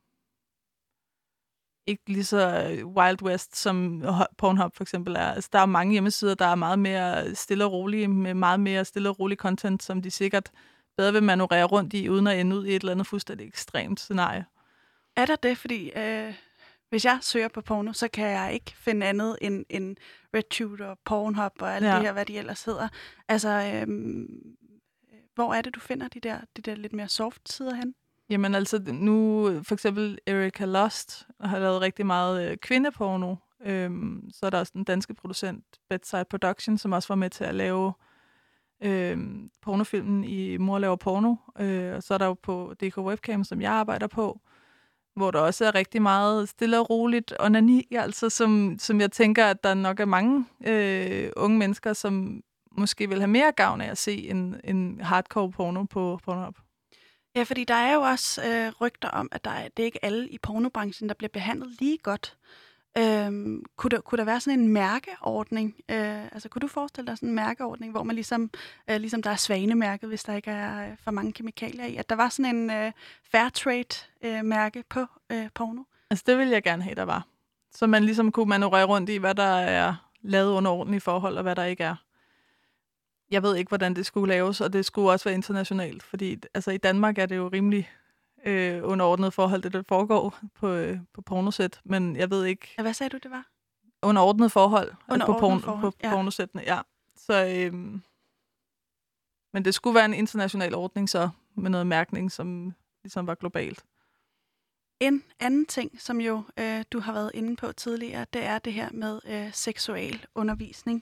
ikke lige så Wild West, som Pornhub for eksempel er. Altså, der er mange hjemmesider, der er meget mere stille og rolige, med meget mere stille og rolig content, som de sikkert bedre vil manøvrere rundt i, uden at ende ud i et eller andet fuldstændig ekstremt scenarie. Er der det? Fordi... Øh Hvis jeg søger på porno, så kan jeg ikke finde andet end, end RedTube og Pornhub og alt ja. det her, hvad de ellers hedder. Altså, øhm, hvor er det, du finder de der, de der lidt mere soft sider hen? Jamen altså, nu for eksempel Erika Lust har lavet rigtig meget øh, kvindeporno. Øhm, så er der også den danske producent Bedside Production, som også var med til at lave øh, pornofilmen i Mor laver porno. Øh, og så er der jo på D K Webcam, som jeg arbejder på, hvor der også er rigtig meget stille og roligt onani, altså, som, som jeg tænker, at der nok er mange øh, unge mennesker, som måske vil have mere gavn af at se en, en hardcore porno på Pornhub. Ja, fordi der er jo også øh, rygter om, at der er, det er ikke alle i pornobranchen, der bliver behandlet lige godt. Øhm, kunne, der, kunne der være sådan en mærkeordning? Øh, altså, kunne du forestille dig sådan en mærkeordning, hvor man ligesom, øh, ligesom der er svanemærket, hvis der ikke er øh, for mange kemikalier i, at der var sådan en øh, fair trade-mærke øh, på øh, porno? Altså, det ville jeg gerne have, der var. Så man ligesom kunne manøvrere rundt i, hvad der er lavet under ordentlige forhold, og hvad der ikke er. Jeg ved ikke, hvordan det skulle laves, og det skulle også være internationalt, fordi altså, i Danmark er det jo rimelig øh, underordnet forhold, det der foregår på, øh, på pornosæt, men jeg ved ikke... Ja, hvad sagde du, det var? Underordnet forhold, Under på, porn, forhold, på ja. pornosættene, ja. Så, øhm, men det skulle være en international ordning så, med noget mærkning, som ligesom var globalt. En anden ting, som jo øh, du har været inde på tidligere, det er det her med øh, seksuel undervisning.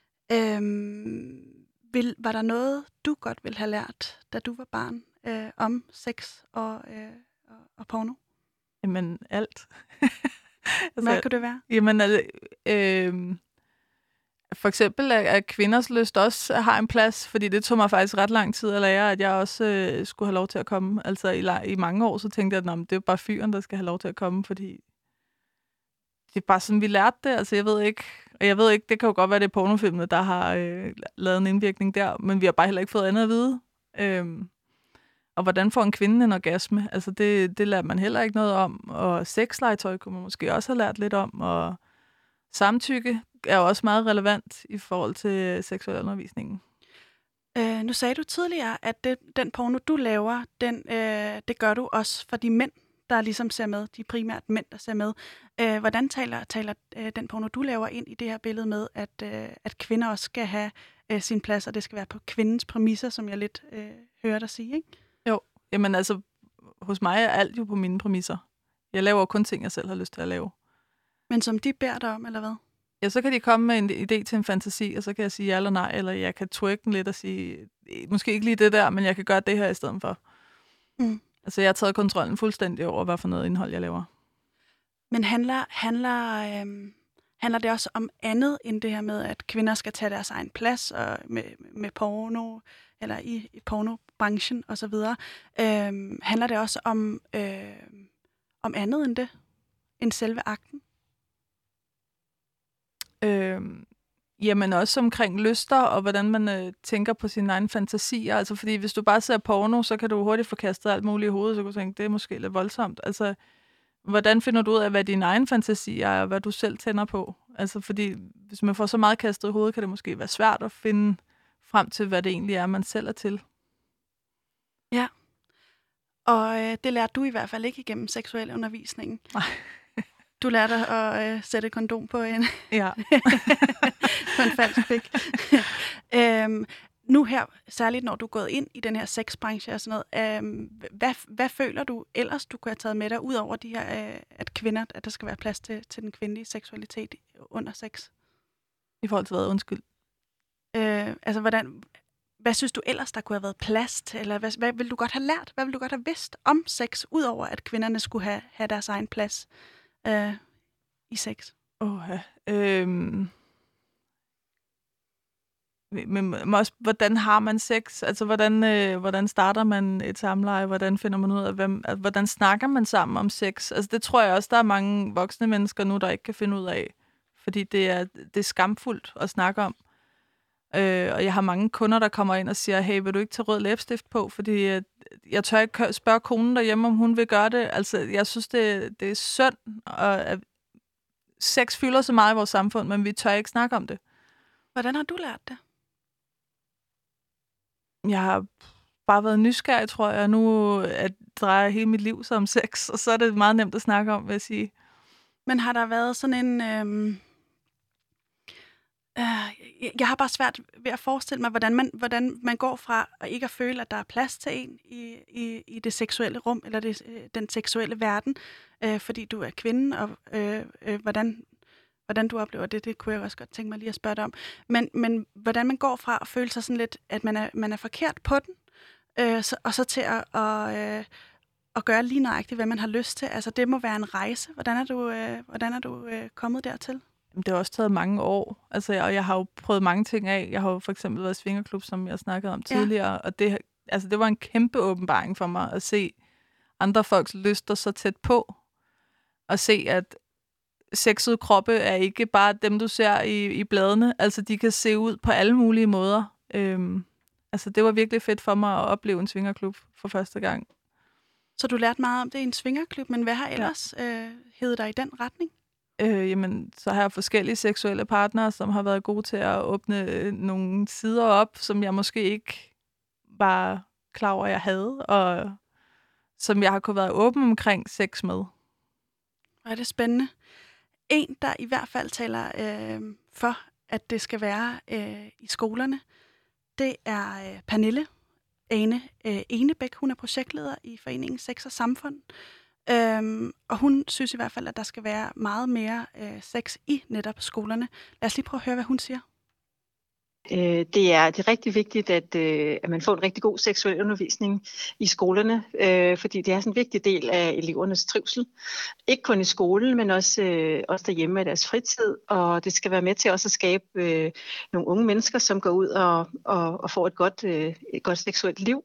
Øhm, vil, var der noget, du godt ville have lært, da du var barn, øh, om sex og, øh, og, og porno? Jamen, alt. altså, Hvad kan det være? Jamen, altså, øh, for eksempel, at, at kvinders lyst også har en plads, fordi det tog mig faktisk ret lang tid at lære, at jeg også øh, skulle have lov til at komme. Altså, i, i mange år, så tænkte jeg, at det er bare fyren, der skal have lov til at komme, fordi det er bare sådan, vi lærte det. Altså, jeg ved ikke, og jeg ved ikke, det kan jo godt være, det er pornofilmene, der har øh, lavet en indvirkning der, men vi har bare heller ikke fået andet at vide. Øhm, og hvordan får en kvinde en orgasme? Altså, det, det lærer man heller ikke noget om. Og sexlegetøj kunne man måske også have lært lidt om, og samtykke er jo også meget relevant i forhold til seksuel undervisningen. Øh, nu sagde du tidligere, at det, den porno, du laver, den, øh, det gør du også for de mænd, der ligesom ser med, de primært mænd, der ser med. Øh, hvordan taler, taler øh, den porno, du laver, ind i det her billede med, at, øh, at kvinder også skal have øh, sin plads, og det skal være på kvindens præmisser, som jeg lidt øh, hører dig sige, ikke? Jo, jamen altså, hos mig er alt jo på mine præmisser. Jeg laver kun ting, jeg selv har lyst til at lave. Men som de beder dig om, eller hvad? Ja, så kan de komme med en idé til en fantasi, og så kan jeg sige ja eller nej, eller jeg kan twerke den lidt og sige, måske ikke lige det der, men jeg kan gøre det her i stedet for. Mm. Altså, jeg har taget kontrollen fuldstændig over, hvad for noget indhold, jeg laver. Men handler, handler, øhm, handler det også om andet, end det her med, at kvinder skal tage deres egen plads og med, med porno, eller i, i pornobranchen osv.? Øhm, handler det også om, øh, om andet end det, end selve akten? Øhm, jamen også omkring lyster, og hvordan man øh, tænker på sine egne fantasier. Altså, fordi hvis du bare ser porno, så kan du hurtigt få kastet alt muligt i hovedet, så kan du tænke, det er måske lidt voldsomt. Altså, hvordan finder du ud af, hvad dine egne fantasier er, og hvad du selv tænder på? Altså, fordi hvis man får så meget kastet i hovedet, kan det måske være svært at finde frem til, hvad det egentlig er, man selv er til. Ja, og øh, det lærte du i hvert fald ikke igennem seksuel undervisningen. Nej. Du lærte at øh, sætte kondom på en, ja. på en falsk pik. øhm, nu her, særligt når du er gået ind i den her sexbranche og sådan noget, øhm, hvad, hvad føler du ellers, du kunne have taget med dig, ud over de her, øh, at kvinder, at der skal være plads til, til den kvindelige seksualitet under sex? I forhold til hvad? Undskyld. Øh, altså, hvordan, hvad synes du ellers, der kunne have været plads til? Eller hvad, hvad ville du godt have lært? Hvad ville du godt have vidst om sex, ud over at kvinderne skulle have, have deres egen plads øh, i sex? Åh, ja. Øhm... Men også, hvordan har man sex? Altså, hvordan, øh, hvordan starter man et samleje? Hvordan finder man ud af, hvem, altså, hvordan snakker man sammen om sex? Altså, det tror jeg også, der er mange voksne mennesker nu, der ikke kan finde ud af. Fordi det er, det er skamfuldt at snakke om. Øh, og jeg har mange kunder, der kommer ind og siger, hey, vil du ikke tage rød læbestift på? Fordi øh, jeg tør ikke spørge konen derhjemme, om hun vil gøre det. Altså, jeg synes, det, det er synd, og at sex fylder så meget i vores samfund, men vi tør ikke snakke om det. Hvordan har du lært det? Jeg har bare været nysgerrig, tror jeg. Nu at drejer hele mit liv sig om sex, og så er det meget nemt at snakke om, vil jeg sige. Men har der været sådan en... Øhm, øh, jeg har bare svært ved at forestille mig, hvordan man, hvordan man går fra at ikke at føle, at der er plads til en i, i, i det seksuelle rum, eller det, den seksuelle verden, øh, fordi du er kvinde, og øh, øh, hvordan... Hvordan du oplever det, det kunne jeg også godt tænke mig lige at spørge dig om. Men, men hvordan man går fra at føle sig sådan lidt, at man er, man er forkert på den, øh, så, og så til at, og, øh, at gøre lige nøjagtigt, hvad man har lyst til. Altså, det må være en rejse. Hvordan er du, øh, hvordan er du øh, kommet dertil? Det har også taget mange år. Altså, og jeg har jo prøvet mange ting af. Jeg har jo for eksempel været i svingerklub, som jeg snakkede om tidligere. Ja. Og det, altså, det var en kæmpe åbenbaring for mig at se andre folks lyster så tæt på. Og se, at sexede kroppe er ikke bare dem, du ser i, i bladene. Altså, de kan se ud på alle mulige måder. Øhm, altså, det var virkelig fedt for mig at opleve en svingerklub for første gang. Så du lærte meget om det i en svingerklub, men hvad har ellers ja. øh, heddet dig i den retning? Øh, jamen, så har jeg forskellige seksuelle partnere, som har været gode til at åbne øh, nogle sider op, som jeg måske ikke var klar over, jeg havde, og som jeg har kunnet være åben omkring sex med. Og er det spændende. En, der i hvert fald taler øh, for, at det skal være øh, i skolerne, det er øh, Pernille Ane øh, Enebæk. Hun er projektleder i foreningen Sex og Samfund. Øhm, og hun synes i hvert fald, at der skal være meget mere øh, sex i netop skolerne. Lad os lige prøve at høre, hvad hun siger. Det er, det er rigtig vigtigt, at, at man får en rigtig god seksuel undervisning i skolerne, fordi det er sådan en vigtig del af elevernes trivsel. Ikke kun i skolen, men også, også derhjemme i deres fritid, og det skal være med til også at skabe nogle unge mennesker, som går ud og, og, og får et godt, et godt seksuelt liv,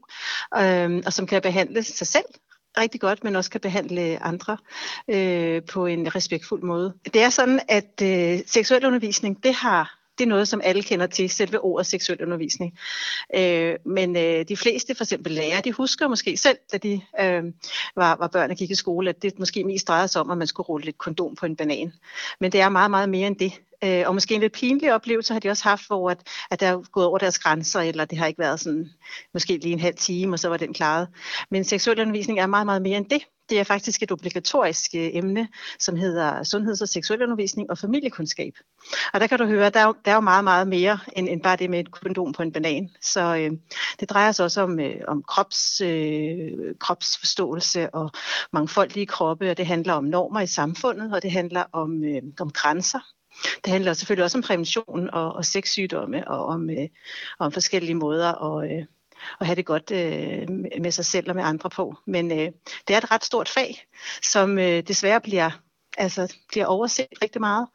og som kan behandle sig selv rigtig godt, men også kan behandle andre øh, på en respektfuld måde. Det er sådan, at øh, seksuel undervisning, det har det er noget, som alle kender til, selve ordet seksuel undervisning. Øh, men øh, de fleste, for eksempel lærere, de husker måske selv, da de øh, var, var børn og gik i skole, at det måske mest drejede sig om, at man skulle rulle et kondom på en banan. Men det er meget, meget mere end det. Øh, og måske en lidt pinlig oplevelse har de også haft, hvor at, at der er gået over deres grænser, eller det har ikke været sådan, måske lige en halv time, og så var den klaret. Men seksuel undervisning er meget, meget mere end det. Det er faktisk et obligatorisk emne, som hedder sundheds- og seksuel undervisning og familiekundskab. Og der kan du høre, der er jo, der er jo meget, meget mere end, end bare det med et kondom på en banan. Så øh, det drejer sig også om, øh, om krops, øh, kropsforståelse og mangfoldige kroppe, og det handler om normer i samfundet, og det handler om, øh, om grænser. Det handler selvfølgelig også om prævention og, og sexsygdomme og om, øh, om forskellige måder at, øh, at have det godt øh, med sig selv og med andre på. Men øh, det er et ret stort fag, som øh, desværre bliver, altså, bliver overset rigtig meget.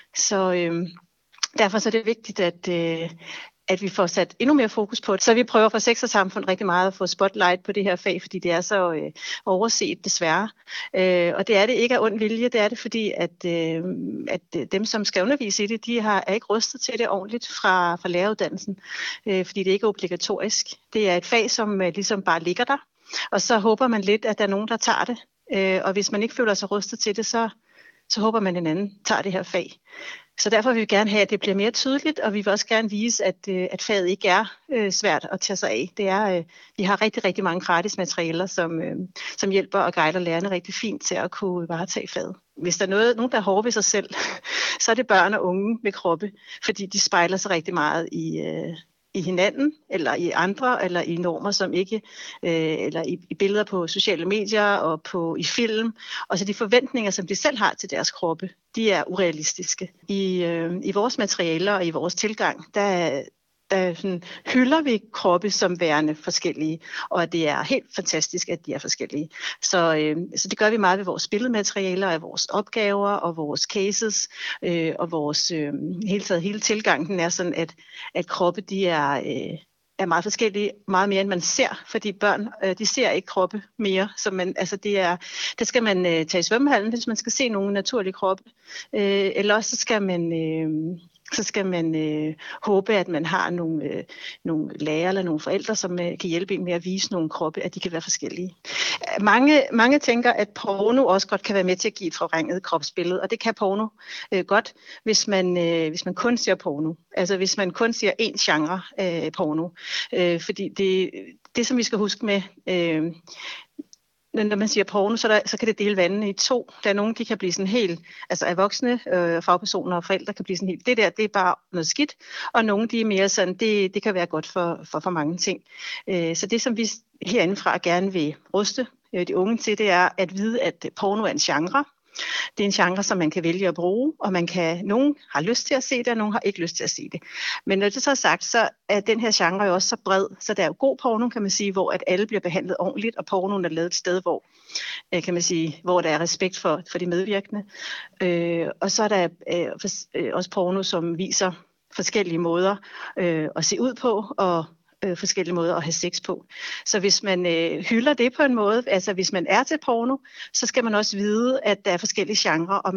Så øh, derfor så er det vigtigt, at, øh, at vi får sat endnu mere fokus på det. Så vi prøver fra Sex og Samfund rigtig meget at få spotlight på det her fag, fordi det er så øh, overset desværre. Øh, og det er det ikke af ond vilje, det er det fordi, at, øh, at dem, som skal undervise i det, de har, er ikke rustet til det ordentligt fra, fra læreruddannelsen, øh, fordi det er ikke obligatorisk. Det er et fag, som øh, ligesom bare ligger der, og så håber man lidt, at der er nogen, der tager det. Øh, og hvis man ikke føler sig rustet til det, så, så håber man, at en anden tager det her fag. Så derfor vil vi gerne have, at det bliver mere tydeligt, og vi vil også gerne vise, at, at faget ikke er øh, svært at tage sig af. Det er, øh, vi har rigtig, rigtig mange gratis materialer, som, øh, som hjælper og guider lærerne rigtig fint til at kunne varetage faget. Hvis der er noget, nogen, der er hårde ved sig selv, så er det børn og unge med kroppe, fordi de spejler sig rigtig meget i... Øh, i hinanden, eller i andre, eller i normer, som ikke, øh, eller i, i billeder på sociale medier og på i film. Og så de forventninger, som de selv har til deres kroppe, de er urealistiske. I, øh, i vores materialer og i vores tilgang, der, der sådan, hylder vi kroppe som værende forskellige, og det er helt fantastisk, at de er forskellige. Så, øh, så det gør vi meget ved vores billedmaterialer, og vores opgaver og vores cases, øh, og vores øh, hele taget hele tilgangen er sådan, at, at kroppe de er, øh, er meget forskellige, meget mere end man ser, fordi børn øh, de ser ikke kroppe mere. Så man, altså det er, det skal man øh, tage i svømmehallen, hvis man skal se nogle naturlige kroppe, øh, eller også så skal man øh, så skal man øh, håbe, at man har nogle, øh, nogle lærere eller nogle forældre, som øh, kan hjælpe en med at vise nogle kroppe, at de kan være forskellige. Mange, mange tænker, at porno også godt kan være med til at give et forvrænget kropsbillede, og det kan porno øh, godt, hvis man, øh, hvis man kun ser porno. Altså hvis man kun ser én genre øh, porno. Øh, fordi det, det, som vi skal huske med... Øh, Når man siger porno, så, der, så kan det dele vandene i to. Der er nogen, de kan blive sådan helt, altså af voksne øh, fagpersoner og forældre kan blive sådan helt, det der, det er bare noget skidt. Og nogle, de er mere sådan, det, det kan være godt for, for, for mange ting. Øh, så det, som vi herindefra gerne vil ruste øh, de unge til, det er at vide, at porno er en genre. Det er en genre, som man kan vælge at bruge, og man kan, nogen har lyst til at se det, og nogen har ikke lyst til at se det. Men når det så er sagt, så er den her genre jo også så bred, så der er jo god porno, kan man sige, hvor at alle bliver behandlet ordentligt, og pornoen er lavet et sted, hvor, kan man sige, hvor der er respekt for, for de medvirkende. Øh, og så er der øh, også porno, som viser forskellige måder øh, at se ud på, og Øh, forskellige måder at have sex på. Så hvis man øh, hylder det på en måde, altså hvis man er til porno, så skal man også vide, at der er forskellige genrer, og man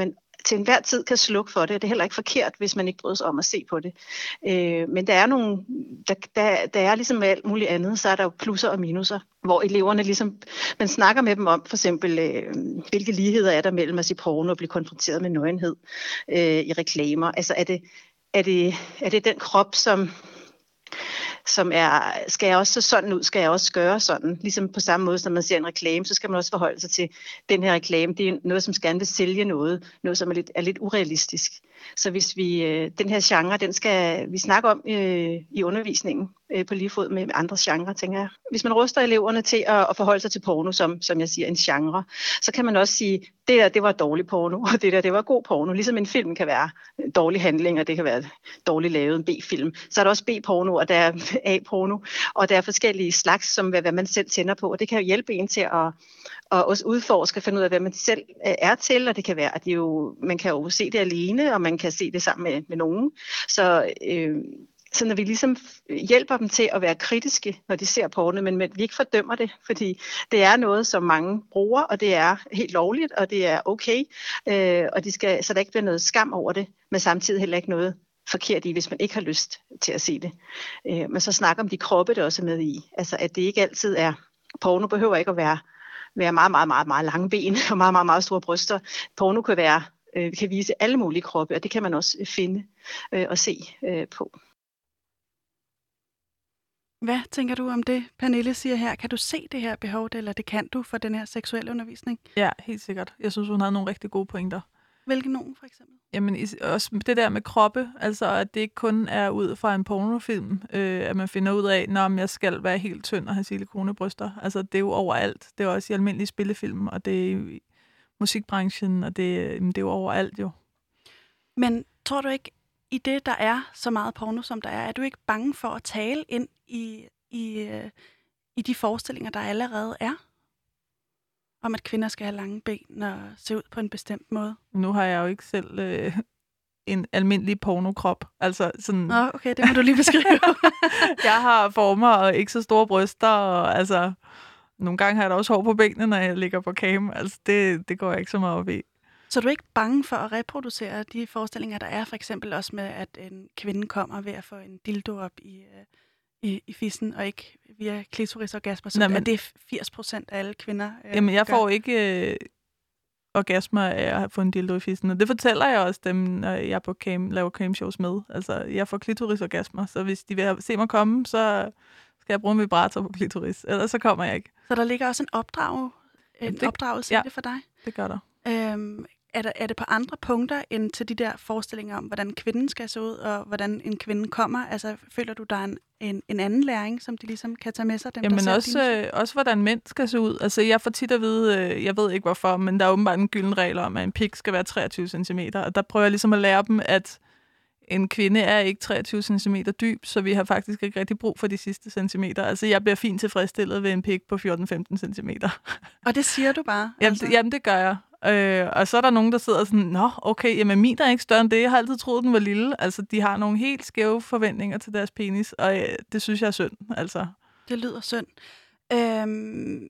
til enhver tid kan slukke for det. Det er heller ikke forkert, hvis man ikke bryder sig om at se på det. Øh, men der er nogle, der, der, der er ligesom med alt muligt andet, så er der jo plusser og minuser, hvor eleverne ligesom, man snakker med dem om for eksempel, øh, hvilke ligheder er der mellem at se porno og blive konfronteret med nøgenhed øh, i reklamer. Altså er det, er det, er det den krop, som som er, skal jeg også se sådan ud, skal jeg også gøre sådan. Ligesom på samme måde, som man ser en reklame, så skal man også forholde sig til den her reklame. Det er noget, som gerne vil sælge noget, noget som er lidt, er lidt urealistisk. Så hvis vi, øh, den her genre, den skal vi snakke om øh, i undervisningen øh, på lige fod med andre genrer, tænker jeg. Hvis man ruster eleverne til at, at forholde sig til porno, som, som jeg siger, en genre, så kan man også sige, det der, det var dårlig porno, og det der, det var god porno. Ligesom en film kan være dårlig handling, og det kan være dårligt lavet, en B-film. Så er der også B-porno, og der er A-porno, og der er forskellige slags, som hvad man selv tænder på, og det kan jo hjælpe en til at og også udforske og finde ud af, hvad man selv er til, og det kan være, at det jo, man kan jo se det alene, og man kan se det sammen med, med nogen. Så, øh, så når vi ligesom hjælper dem til at være kritiske, når de ser porno, men, men vi ikke fordømmer det, fordi det er noget, som mange bruger, og det er helt lovligt, og det er okay, øh, og de skal, så der ikke bliver noget skam over det, men samtidig heller ikke noget forkert i, hvis man ikke har lyst til at se det. Øh, men så snakker om de kroppe, det også er med i. Altså, at det ikke altid er, porno behøver ikke at være være meget, meget, meget, meget lange ben og meget, meget, meget store bryster. Porno kan være, øh, kan vise alle mulige kroppe, og det kan man også finde øh, og se øh, på. Hvad tænker du om det, Pernille siger her? Kan du se det her behov, eller det kan du for den her seksuelle undervisning? Ja, helt sikkert. Jeg synes, hun havde nogle rigtig gode pointer. Hvilke nogen, for eksempel? Jamen, også det der med kroppe, altså at det ikke kun er ud fra en pornofilm, øh, at man finder ud af, når jeg skal være helt tynd og have silikonebryster. Altså, det er jo overalt. Det er også i almindelige spillefilm, og det er i musikbranchen, og det, det er jo overalt jo. Men tror du ikke, i det, der er så meget porno, som der er, er du ikke bange for at tale ind i, i, i de forestillinger, der allerede er? Om at kvinder skal have lange ben og se ud på en bestemt måde? Nu har jeg jo ikke selv øh, en almindelig pornokrop. Altså sådan... Nå, okay, det må du lige beskrive. Jeg har former og ikke så store bryster, og altså... Nogle gange har jeg da også hår på benene, når jeg ligger på cam. Altså, det, det går jeg ikke så meget op i. Så er du ikke bange for at reproducere de forestillinger, der er? For eksempel også med, at en kvinde kommer ved at få en dildo op i, i, i fissen, og ikke via klitorisorgasmer, så er det firs procent af alle kvinder øh, Jamen, jeg gør. får ikke øh, orgasmer af at få en dildo i fissen, og det fortæller jeg også dem, når jeg er på cam, laver camshows med. Altså, jeg får klitorisorgasmer, så hvis de vil se mig komme, så skal jeg bruge en vibrator på klitoris, ellers så kommer jeg ikke. Så der ligger også en, opdrag, en det, opdragelse ja, i det for dig? Det gør der. Øhm, er, der, er det på andre punkter end til de der forestillinger om, hvordan kvinden skal se ud, og hvordan en kvinde kommer? Altså, føler du, der er en, en, en anden læring, som de ligesom kan tage med sig? Dem, Jamen der også, øh, også, hvordan mænd skal se ud. Altså, jeg får tit at vide, øh, jeg ved ikke hvorfor, men der er åbenbart en gylden regel om, at en pik skal være treogtyve centimeter, og der prøver jeg ligesom at lære dem, at en kvinde er ikke treogtyve centimeter dyb, så vi har faktisk ikke rigtig brug for de sidste centimeter. Altså, jeg bliver fint tilfredsstillet ved en pik på fjorten til femten centimeter. Og det siger du bare? Jamen, altså. det, jamen, det gør jeg. Øh, og så er der nogen, der sidder sådan, nå, okay, jamen min er ikke større end det. Jeg har altid troet, den var lille. Altså, de har nogle helt skæve forventninger til deres penis, og øh, det synes jeg er synd, altså. Det lyder synd. Øhm,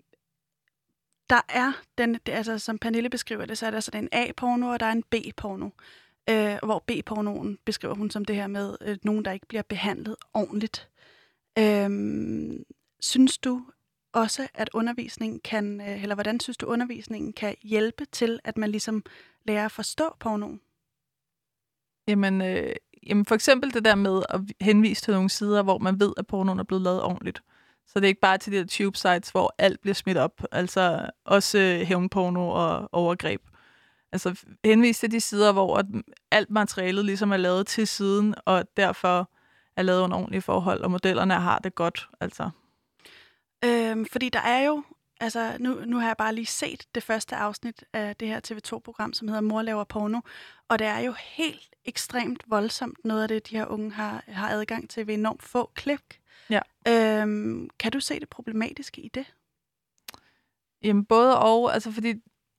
der er, den, det, altså som Pernille beskriver det, så er der altså en A-porno, og der er en B-porno. Øh, hvor B-pornoen beskriver hun som det her med øh, nogen, der ikke bliver behandlet ordentligt. Øhm, synes du også, at undervisningen kan, øh, eller hvordan synes du, undervisningen kan hjælpe til, at man ligesom lærer at forstå pornoen? Jamen, øh, jamen for eksempel det der med at henvise til nogle sider, hvor man ved, at pornoen er blevet lavet ordentligt. Så det er ikke bare til de der tube sites, hvor alt bliver smidt op. Altså også øh, hævnporno og overgreb. Altså henvise til de sider, hvor alt materialet ligesom er lavet til siden, og derfor er lavet under ordentlige forhold, og modellerne har det godt. Altså. Øhm, fordi der er jo, altså nu, nu har jeg bare lige set det første afsnit af det her T V to-program, som hedder Mor laver porno, og det er jo helt ekstremt voldsomt, noget af det, de her unge har, har adgang til ved enormt få klip. Ja. Øhm, kan du se det problematiske i det? Jamen både og, altså fordi...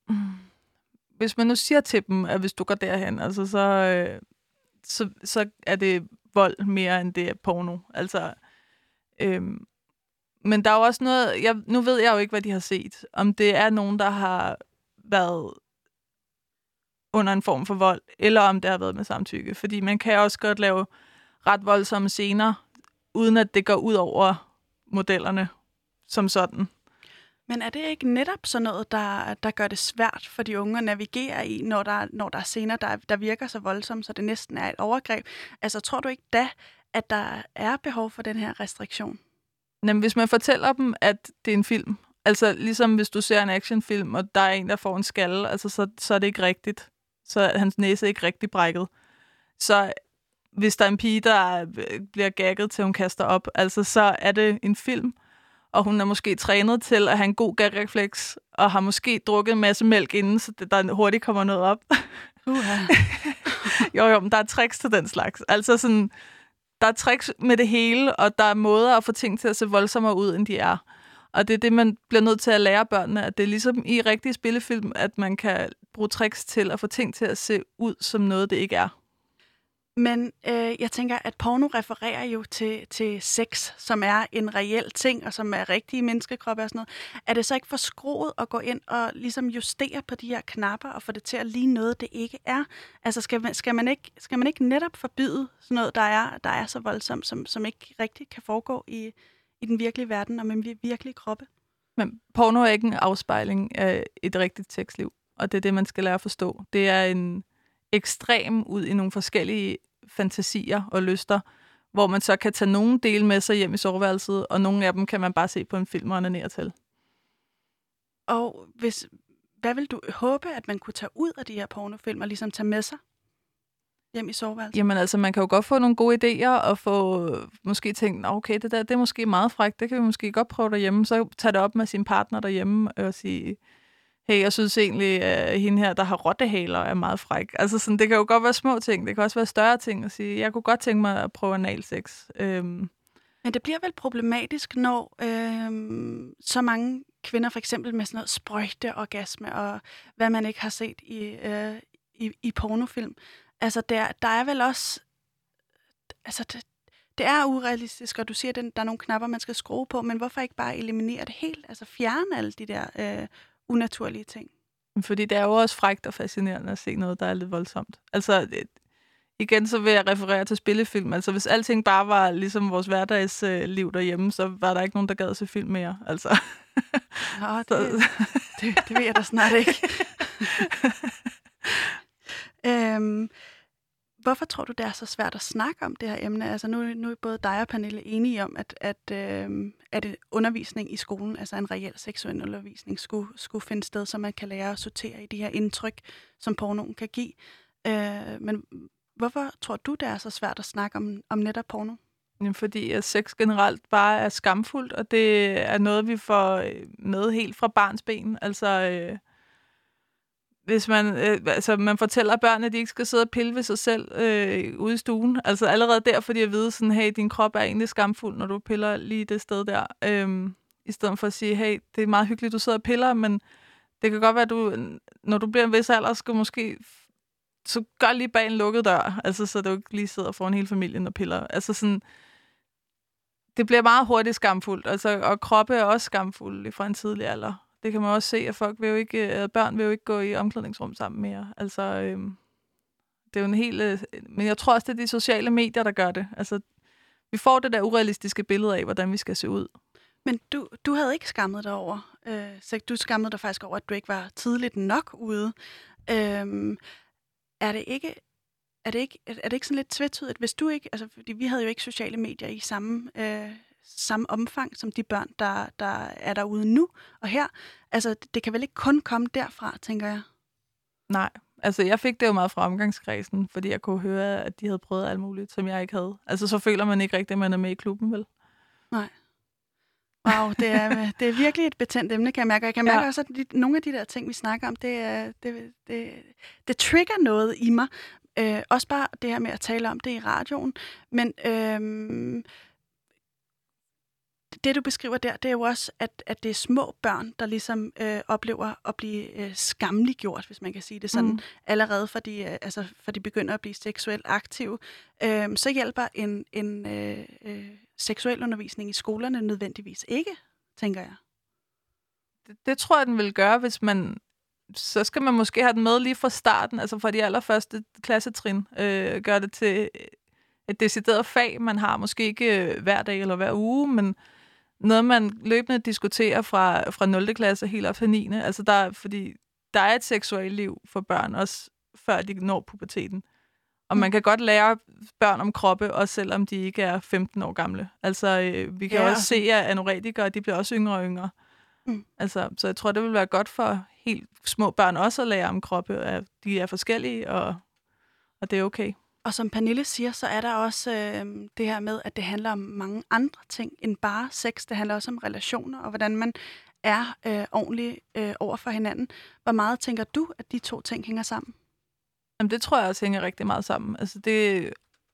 Hvis man nu siger til dem, at hvis du går derhen, altså så, øh, så, så er det vold mere, end det er porno. Altså, øhm, men der er jo også noget, jeg, nu ved jeg jo ikke, hvad de har set. Om det er nogen, der har været under en form for vold, eller om det har været med samtykke. Fordi man kan også godt lave ret voldsomme scener, uden at det går ud over modellerne som sådan. Men er det ikke netop sådan noget, der, der gør det svært for de unge at navigere i, når der, når der er scener, der, der virker så voldsomt, så det næsten er et overgreb? Altså, tror du ikke da, at der er behov for den her restriktion? Jamen, hvis man fortæller dem, at det er en film, altså ligesom hvis du ser en actionfilm, og der er en, der får en skalle, altså, så, så er det ikke rigtigt. Så er hans næse ikke rigtig brækket. Så hvis der er en pige, der bliver gagget til, hun kaster op, altså, så er det en film, og hun er måske trænet til at have en god gagrefleks, og har måske drukket en masse mælk inden, så der hurtigt kommer noget op. Uh-huh. jo, jo, men der er tricks til den slags. Altså sådan, der er tricks med det hele, og der er måder at få ting til at se voldsommere ud, end de er. Og det er det, man bliver nødt til at lære børnene, at det er ligesom i rigtige spillefilm, at man kan bruge tricks til at få ting til at se ud som noget, det ikke er. Men øh, jeg tænker, at porno refererer jo til, til sex, som er en reel ting, og som er rigtige menneskekroppe og sådan noget. Er det så ikke for skruet at gå ind og ligesom justere på de her knapper og få det til at ligne noget, det ikke er? Altså skal man, skal man, ikke, skal man ikke netop forbyde sådan noget, der er, der er så voldsomt, som, som ikke rigtig kan foregå i, i den virkelige verden og med virkelige kroppe? Men porno er ikke en afspejling af et rigtigt sexliv, og det er det, man skal lære at forstå. Det er en ekstrem ud i nogle forskellige fantasier og lyster, hvor man så kan tage nogle dele med sig hjem i soveværelset, og nogle af dem kan man bare se på en film og onanere til. Og hvis, hvad vil du håbe, at man kunne tage ud af de her pornofilm og ligesom tage med sig hjem i soveværelset? Jamen altså, man kan jo godt få nogle gode idéer og få måske tænkt, okay, det der det er måske meget frækt, det kan vi måske godt prøve derhjemme. Så tage det op med sin partner derhjemme og sige, hey, jeg synes egentlig, at hende her, der har rottehaler, er meget fræk. Altså sådan, det kan jo godt være små ting, det kan også være større ting at sige, jeg kunne godt tænke mig at prøve analsex. Øhm. Men det bliver vel problematisk, når øhm, så mange kvinder for eksempel med sådan noget sprøjteorgasme og hvad man ikke har set i, øh, i, i pornofilm. Altså der, der er vel også, altså det, det er urealistisk, og du siger, at der er nogle knapper, man skal skrue på, men hvorfor ikke bare eliminere det helt? Altså fjerne alle de der øh, unaturlige ting. Fordi det er jo også frækt og fascinerende at se noget, der er lidt voldsomt. Altså, det, igen så vil jeg referere til spillefilm. Altså, hvis alting bare var ligesom vores hverdagsliv derhjemme, så var der ikke nogen, der gad at se film mere. Altså. Nå, det, det, det ved jeg da snart ikke. øhm, hvorfor tror du, det er så svært at snakke om det her emne? Altså, nu, nu er både dig og Pernille enige om, at, at, øhm, at undervisning i skolen, altså en reel seksuel undervisning, skulle, skulle finde sted, så man kan lære at sortere i de her indtryk, som pornoen kan give. Øh, men hvorfor tror du, det er så svært at snakke om, om netop porno? Fordi at sex generelt bare er skamfuldt, og det er noget, vi får med helt fra barns ben. Altså, øh, hvis man, øh, altså, man fortæller børnene, at de ikke skal sidde og pille ved sig selv øh, ude i stuen. Altså allerede der, fordi at vide sådan, hey, din krop er egentlig skamfuld, når du piller lige det sted der. Øh, I stedet for at sige, hey, det er meget hyggeligt, du sidder og piller, men det kan godt være, at du, når du bliver en vis alder, skal måske så gør lige bag en lukket dør, altså så du ikke lige sidder foran hele familien og piller. Altså sådan, det bliver meget hurtigt skamfuldt, altså, og kroppe er også skamfulde fra en tidlig alder. Det kan man også se, at folk vil jo ikke, at børn vil jo ikke gå i omklædningsrum sammen mere. Altså, øhm, det er jo en helt, øh, men jeg tror også, det er de sociale medier, der gør det. Altså, vi får det der urealistiske billede af, hvordan vi skal se ud. Men du, du havde ikke skammet dig over, øh, så du skammede dig faktisk over, at du ikke var tidligt nok ude. Øhm, er det ikke Er det, ikke, er det ikke sådan lidt tvetydigt, hvis du ikke, altså fordi vi havde jo ikke sociale medier i samme, øh, samme omfang som de børn, der, der er derude nu og her. Altså det, det kan vel ikke kun komme derfra, tænker jeg? Nej, altså jeg fik det jo meget fra omgangskredsen, fordi jeg kunne høre, at de havde prøvet alt muligt, som jeg ikke havde. Altså så føler man ikke rigtigt, at man er med i klubben, vel? Nej. Wow, det er, det er virkelig et betændt emne, kan jeg mærke. Jeg kan mærke ja. også, at de, nogle af de der ting, vi snakker om, det, det, det, det trigger noget i mig. Øh, også bare det her med at tale om det i radioen. Men øhm, det, du beskriver der, det er jo også, at, at det er små børn, der ligesom øh, oplever at blive øh, skamliggjort, hvis man kan sige det sådan, mm. allerede for de, øh, altså, for de begynder at blive seksuelt aktive. Øh, så hjælper en, en øh, øh, seksuel undervisning i skolerne nødvendigvis ikke, tænker jeg. Det, det tror jeg, den vil gøre, hvis man så skal man måske have den med lige fra starten, altså fra de allerførste klassetrin. Øh, gør det til et decideret fag, man har måske ikke hver dag eller hver uge, men noget, man løbende diskuterer fra, fra nul klasse helt op til niende Altså der, fordi der er et seksuelt liv for børn, også før de når puberteten. Og man kan godt lære børn om kroppe, også selvom de ikke er femten år gamle. Altså, øh, vi kan ja. også se, at anoretikere, de bliver også yngre og yngre. Mm. Altså, så jeg tror, det vil være godt for helt små børn også at lære om kroppe, at de er forskellige, og, og det er okay. Og som Pernille siger, så er der også øh, det her med, at det handler om mange andre ting end bare sex. Det handler også om relationer, og hvordan man er øh, ordentlig øh, over for hinanden. Hvor meget tænker du, at de to ting hænger sammen? Jamen, det tror jeg også hænger rigtig meget sammen. Altså, det...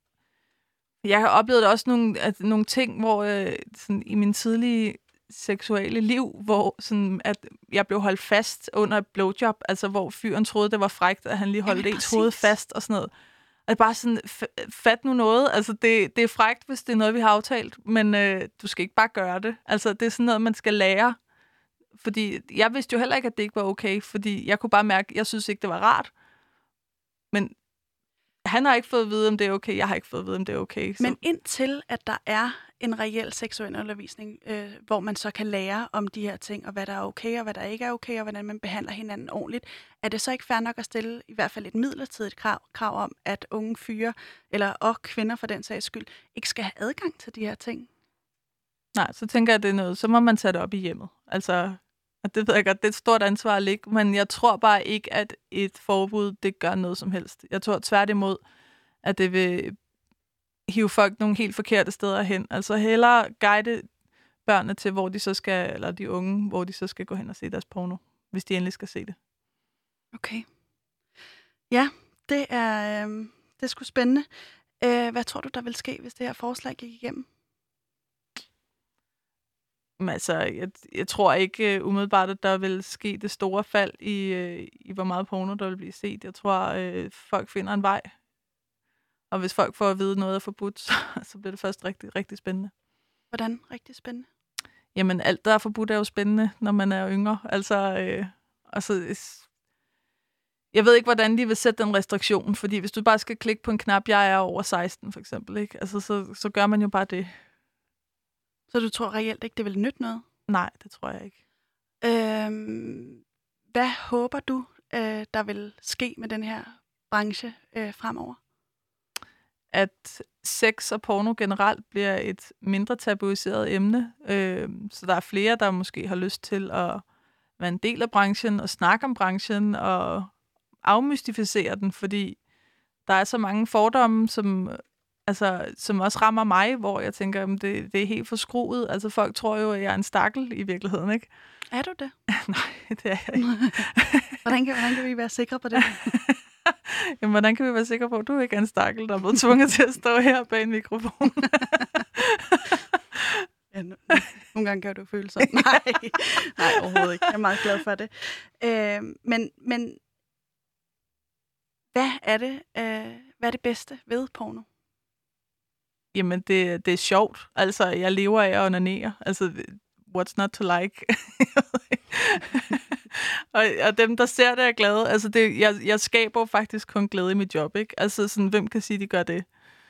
Jeg har oplevet også nogle, at, nogle ting, hvor øh, sådan, i min tidlige seksuelle liv, hvor sådan, at jeg blev holdt fast under et blowjob, altså hvor fyren troede, det var frækt, at han lige holdt ens hoved fast og sådan noget. Og bare sådan, f- fat nu noget. Altså, det, det er frækt, hvis det er noget, vi har aftalt, men øh, du skal ikke bare gøre det. Altså, det er sådan noget, man skal lære. Fordi jeg vidste jo heller ikke, at det ikke var okay, fordi jeg kunne bare mærke, at jeg synes ikke, det var rart. Men han har ikke fået at vide, om det er okay. Jeg har ikke fået at vide, om det er okay. Så. Men indtil, at der er en reel seksuel undervisning, øh, hvor man så kan lære om de her ting, og hvad der er okay, og hvad der ikke er okay, og hvordan man behandler hinanden ordentligt, er det så ikke fair nok at stille i hvert fald et midlertidigt krav, krav om, at unge fyre, eller og kvinder for den sags skyld, ikke skal have adgang til de her ting? Nej, så tænker jeg, at det er noget, så må man tage det op i hjemmet. Altså, og det ved jeg godt, det er et stort ansvar at ligge, men jeg tror bare ikke, at et forbud, det gør noget som helst. Jeg tror tværtimod, at det vil hive folk nogle helt forkerte steder hen. Altså hellere guide børnene til, hvor de så skal, eller de unge, hvor de så skal gå hen og se deres porno, hvis de endelig skal se det. Okay. Ja, det er, øh, det er sgu spændende. Øh, hvad tror du, der vil ske, hvis det her forslag gik igennem? Men altså, jeg, jeg tror ikke uh, umiddelbart, at der vil ske det store fald i, uh, i hvor meget porno, der vil blive set. Jeg tror, uh, folk finder en vej. Og hvis folk får at vide noget er forbudt, så, så bliver det først rigtig, rigtig spændende. Hvordan rigtig spændende? Jamen, alt, der er forbudt, er jo spændende, når man er yngre. Altså, øh, altså, jeg ved ikke, hvordan de vil sætte den restriktion, fordi hvis du bare skal klikke på en knap, jeg er over seksten, for eksempel, ikke? Altså, så, så gør man jo bare det. Så du tror reelt ikke, det vil nytte noget? Nej, det tror jeg ikke. Øhm, hvad håber du, øh, der vil ske med den her branche øh, fremover? At sex og porno generelt bliver et mindre tabuiseret emne, øh, så der er flere, der måske har lyst til at være en del af branchen og snakke om branchen og afmystificere den, fordi der er så mange fordomme, som, altså, som også rammer mig, hvor jeg tænker, at det, det er helt forskruet. Altså folk tror jo, at jeg er en stakkel i virkeligheden, ikke? Er du det? Nej, det er jeg ikke. hvordan, kan, hvordan kan vi være sikre på det? Jamen, hvordan kan vi være sikre på, at du ikke er en stakkel, der er blevet tvunget til at stå her bag en mikrofon? ja, no, nogle gange kan du føle sådan. Nej, nej, overhovedet ikke. Jeg er meget glad for det. Øh, men, men hvad er det, øh, hvad er det bedste ved porno? Jamen, det, det er sjovt. Altså, jeg lever af at onanere. Altså, what's not to like? og, og dem, der ser det, er glade. Altså, det, jeg, jeg skaber faktisk kun glæde i mit job, ikke? Altså, sådan, hvem kan sige, de gør det?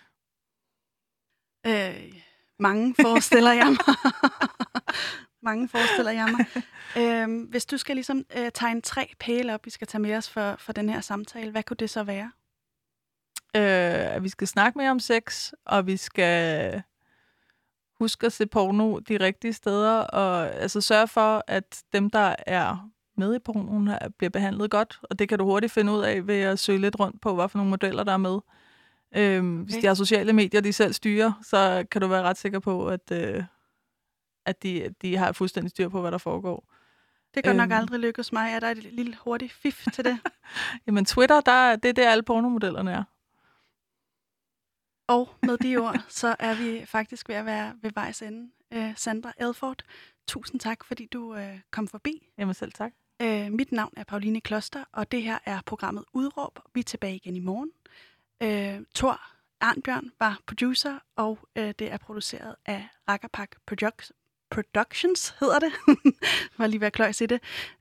Øh, mange forestiller jeg mig. mange forestiller jeg mig. Øh, hvis du skal ligesom øh, tegne tre pæle op, vi skal tage med os for, for den her samtale, hvad kunne det så være? Øh, at vi skal snakke mere om sex, og vi skal huske at se porno de rigtige steder, og altså sørge for, at dem, der er med i pornoen, bliver behandlet godt. Og det kan du hurtigt finde ud af ved at søge lidt rundt på, hvad for nogle modeller, der er med. Øhm, okay. Hvis de har sociale medier, de selv styrer, så kan du være ret sikker på, at, øh, at de, de har fuldstændig styr på, hvad der foregår. Det kan øhm. nok aldrig lykkes mig. Er der et lille hurtigt fif til det? Jamen Twitter, der, det er der alle pornomodellerne er. Og med de ord, så er vi faktisk ved at være ved vejs ende. Uh, Sandra Elford, tusind tak, fordi du uh, kom forbi. Jamen selv tak. Uh, mit navn er Pauline Kloster, og det her er programmet Udråb. Vi er tilbage igen i morgen. Uh, Thor Arnbjørn var producer, og uh, det er produceret af Rakkerpak Produc- Productions, hedder det. Jeg var lige ved at kløjse i det.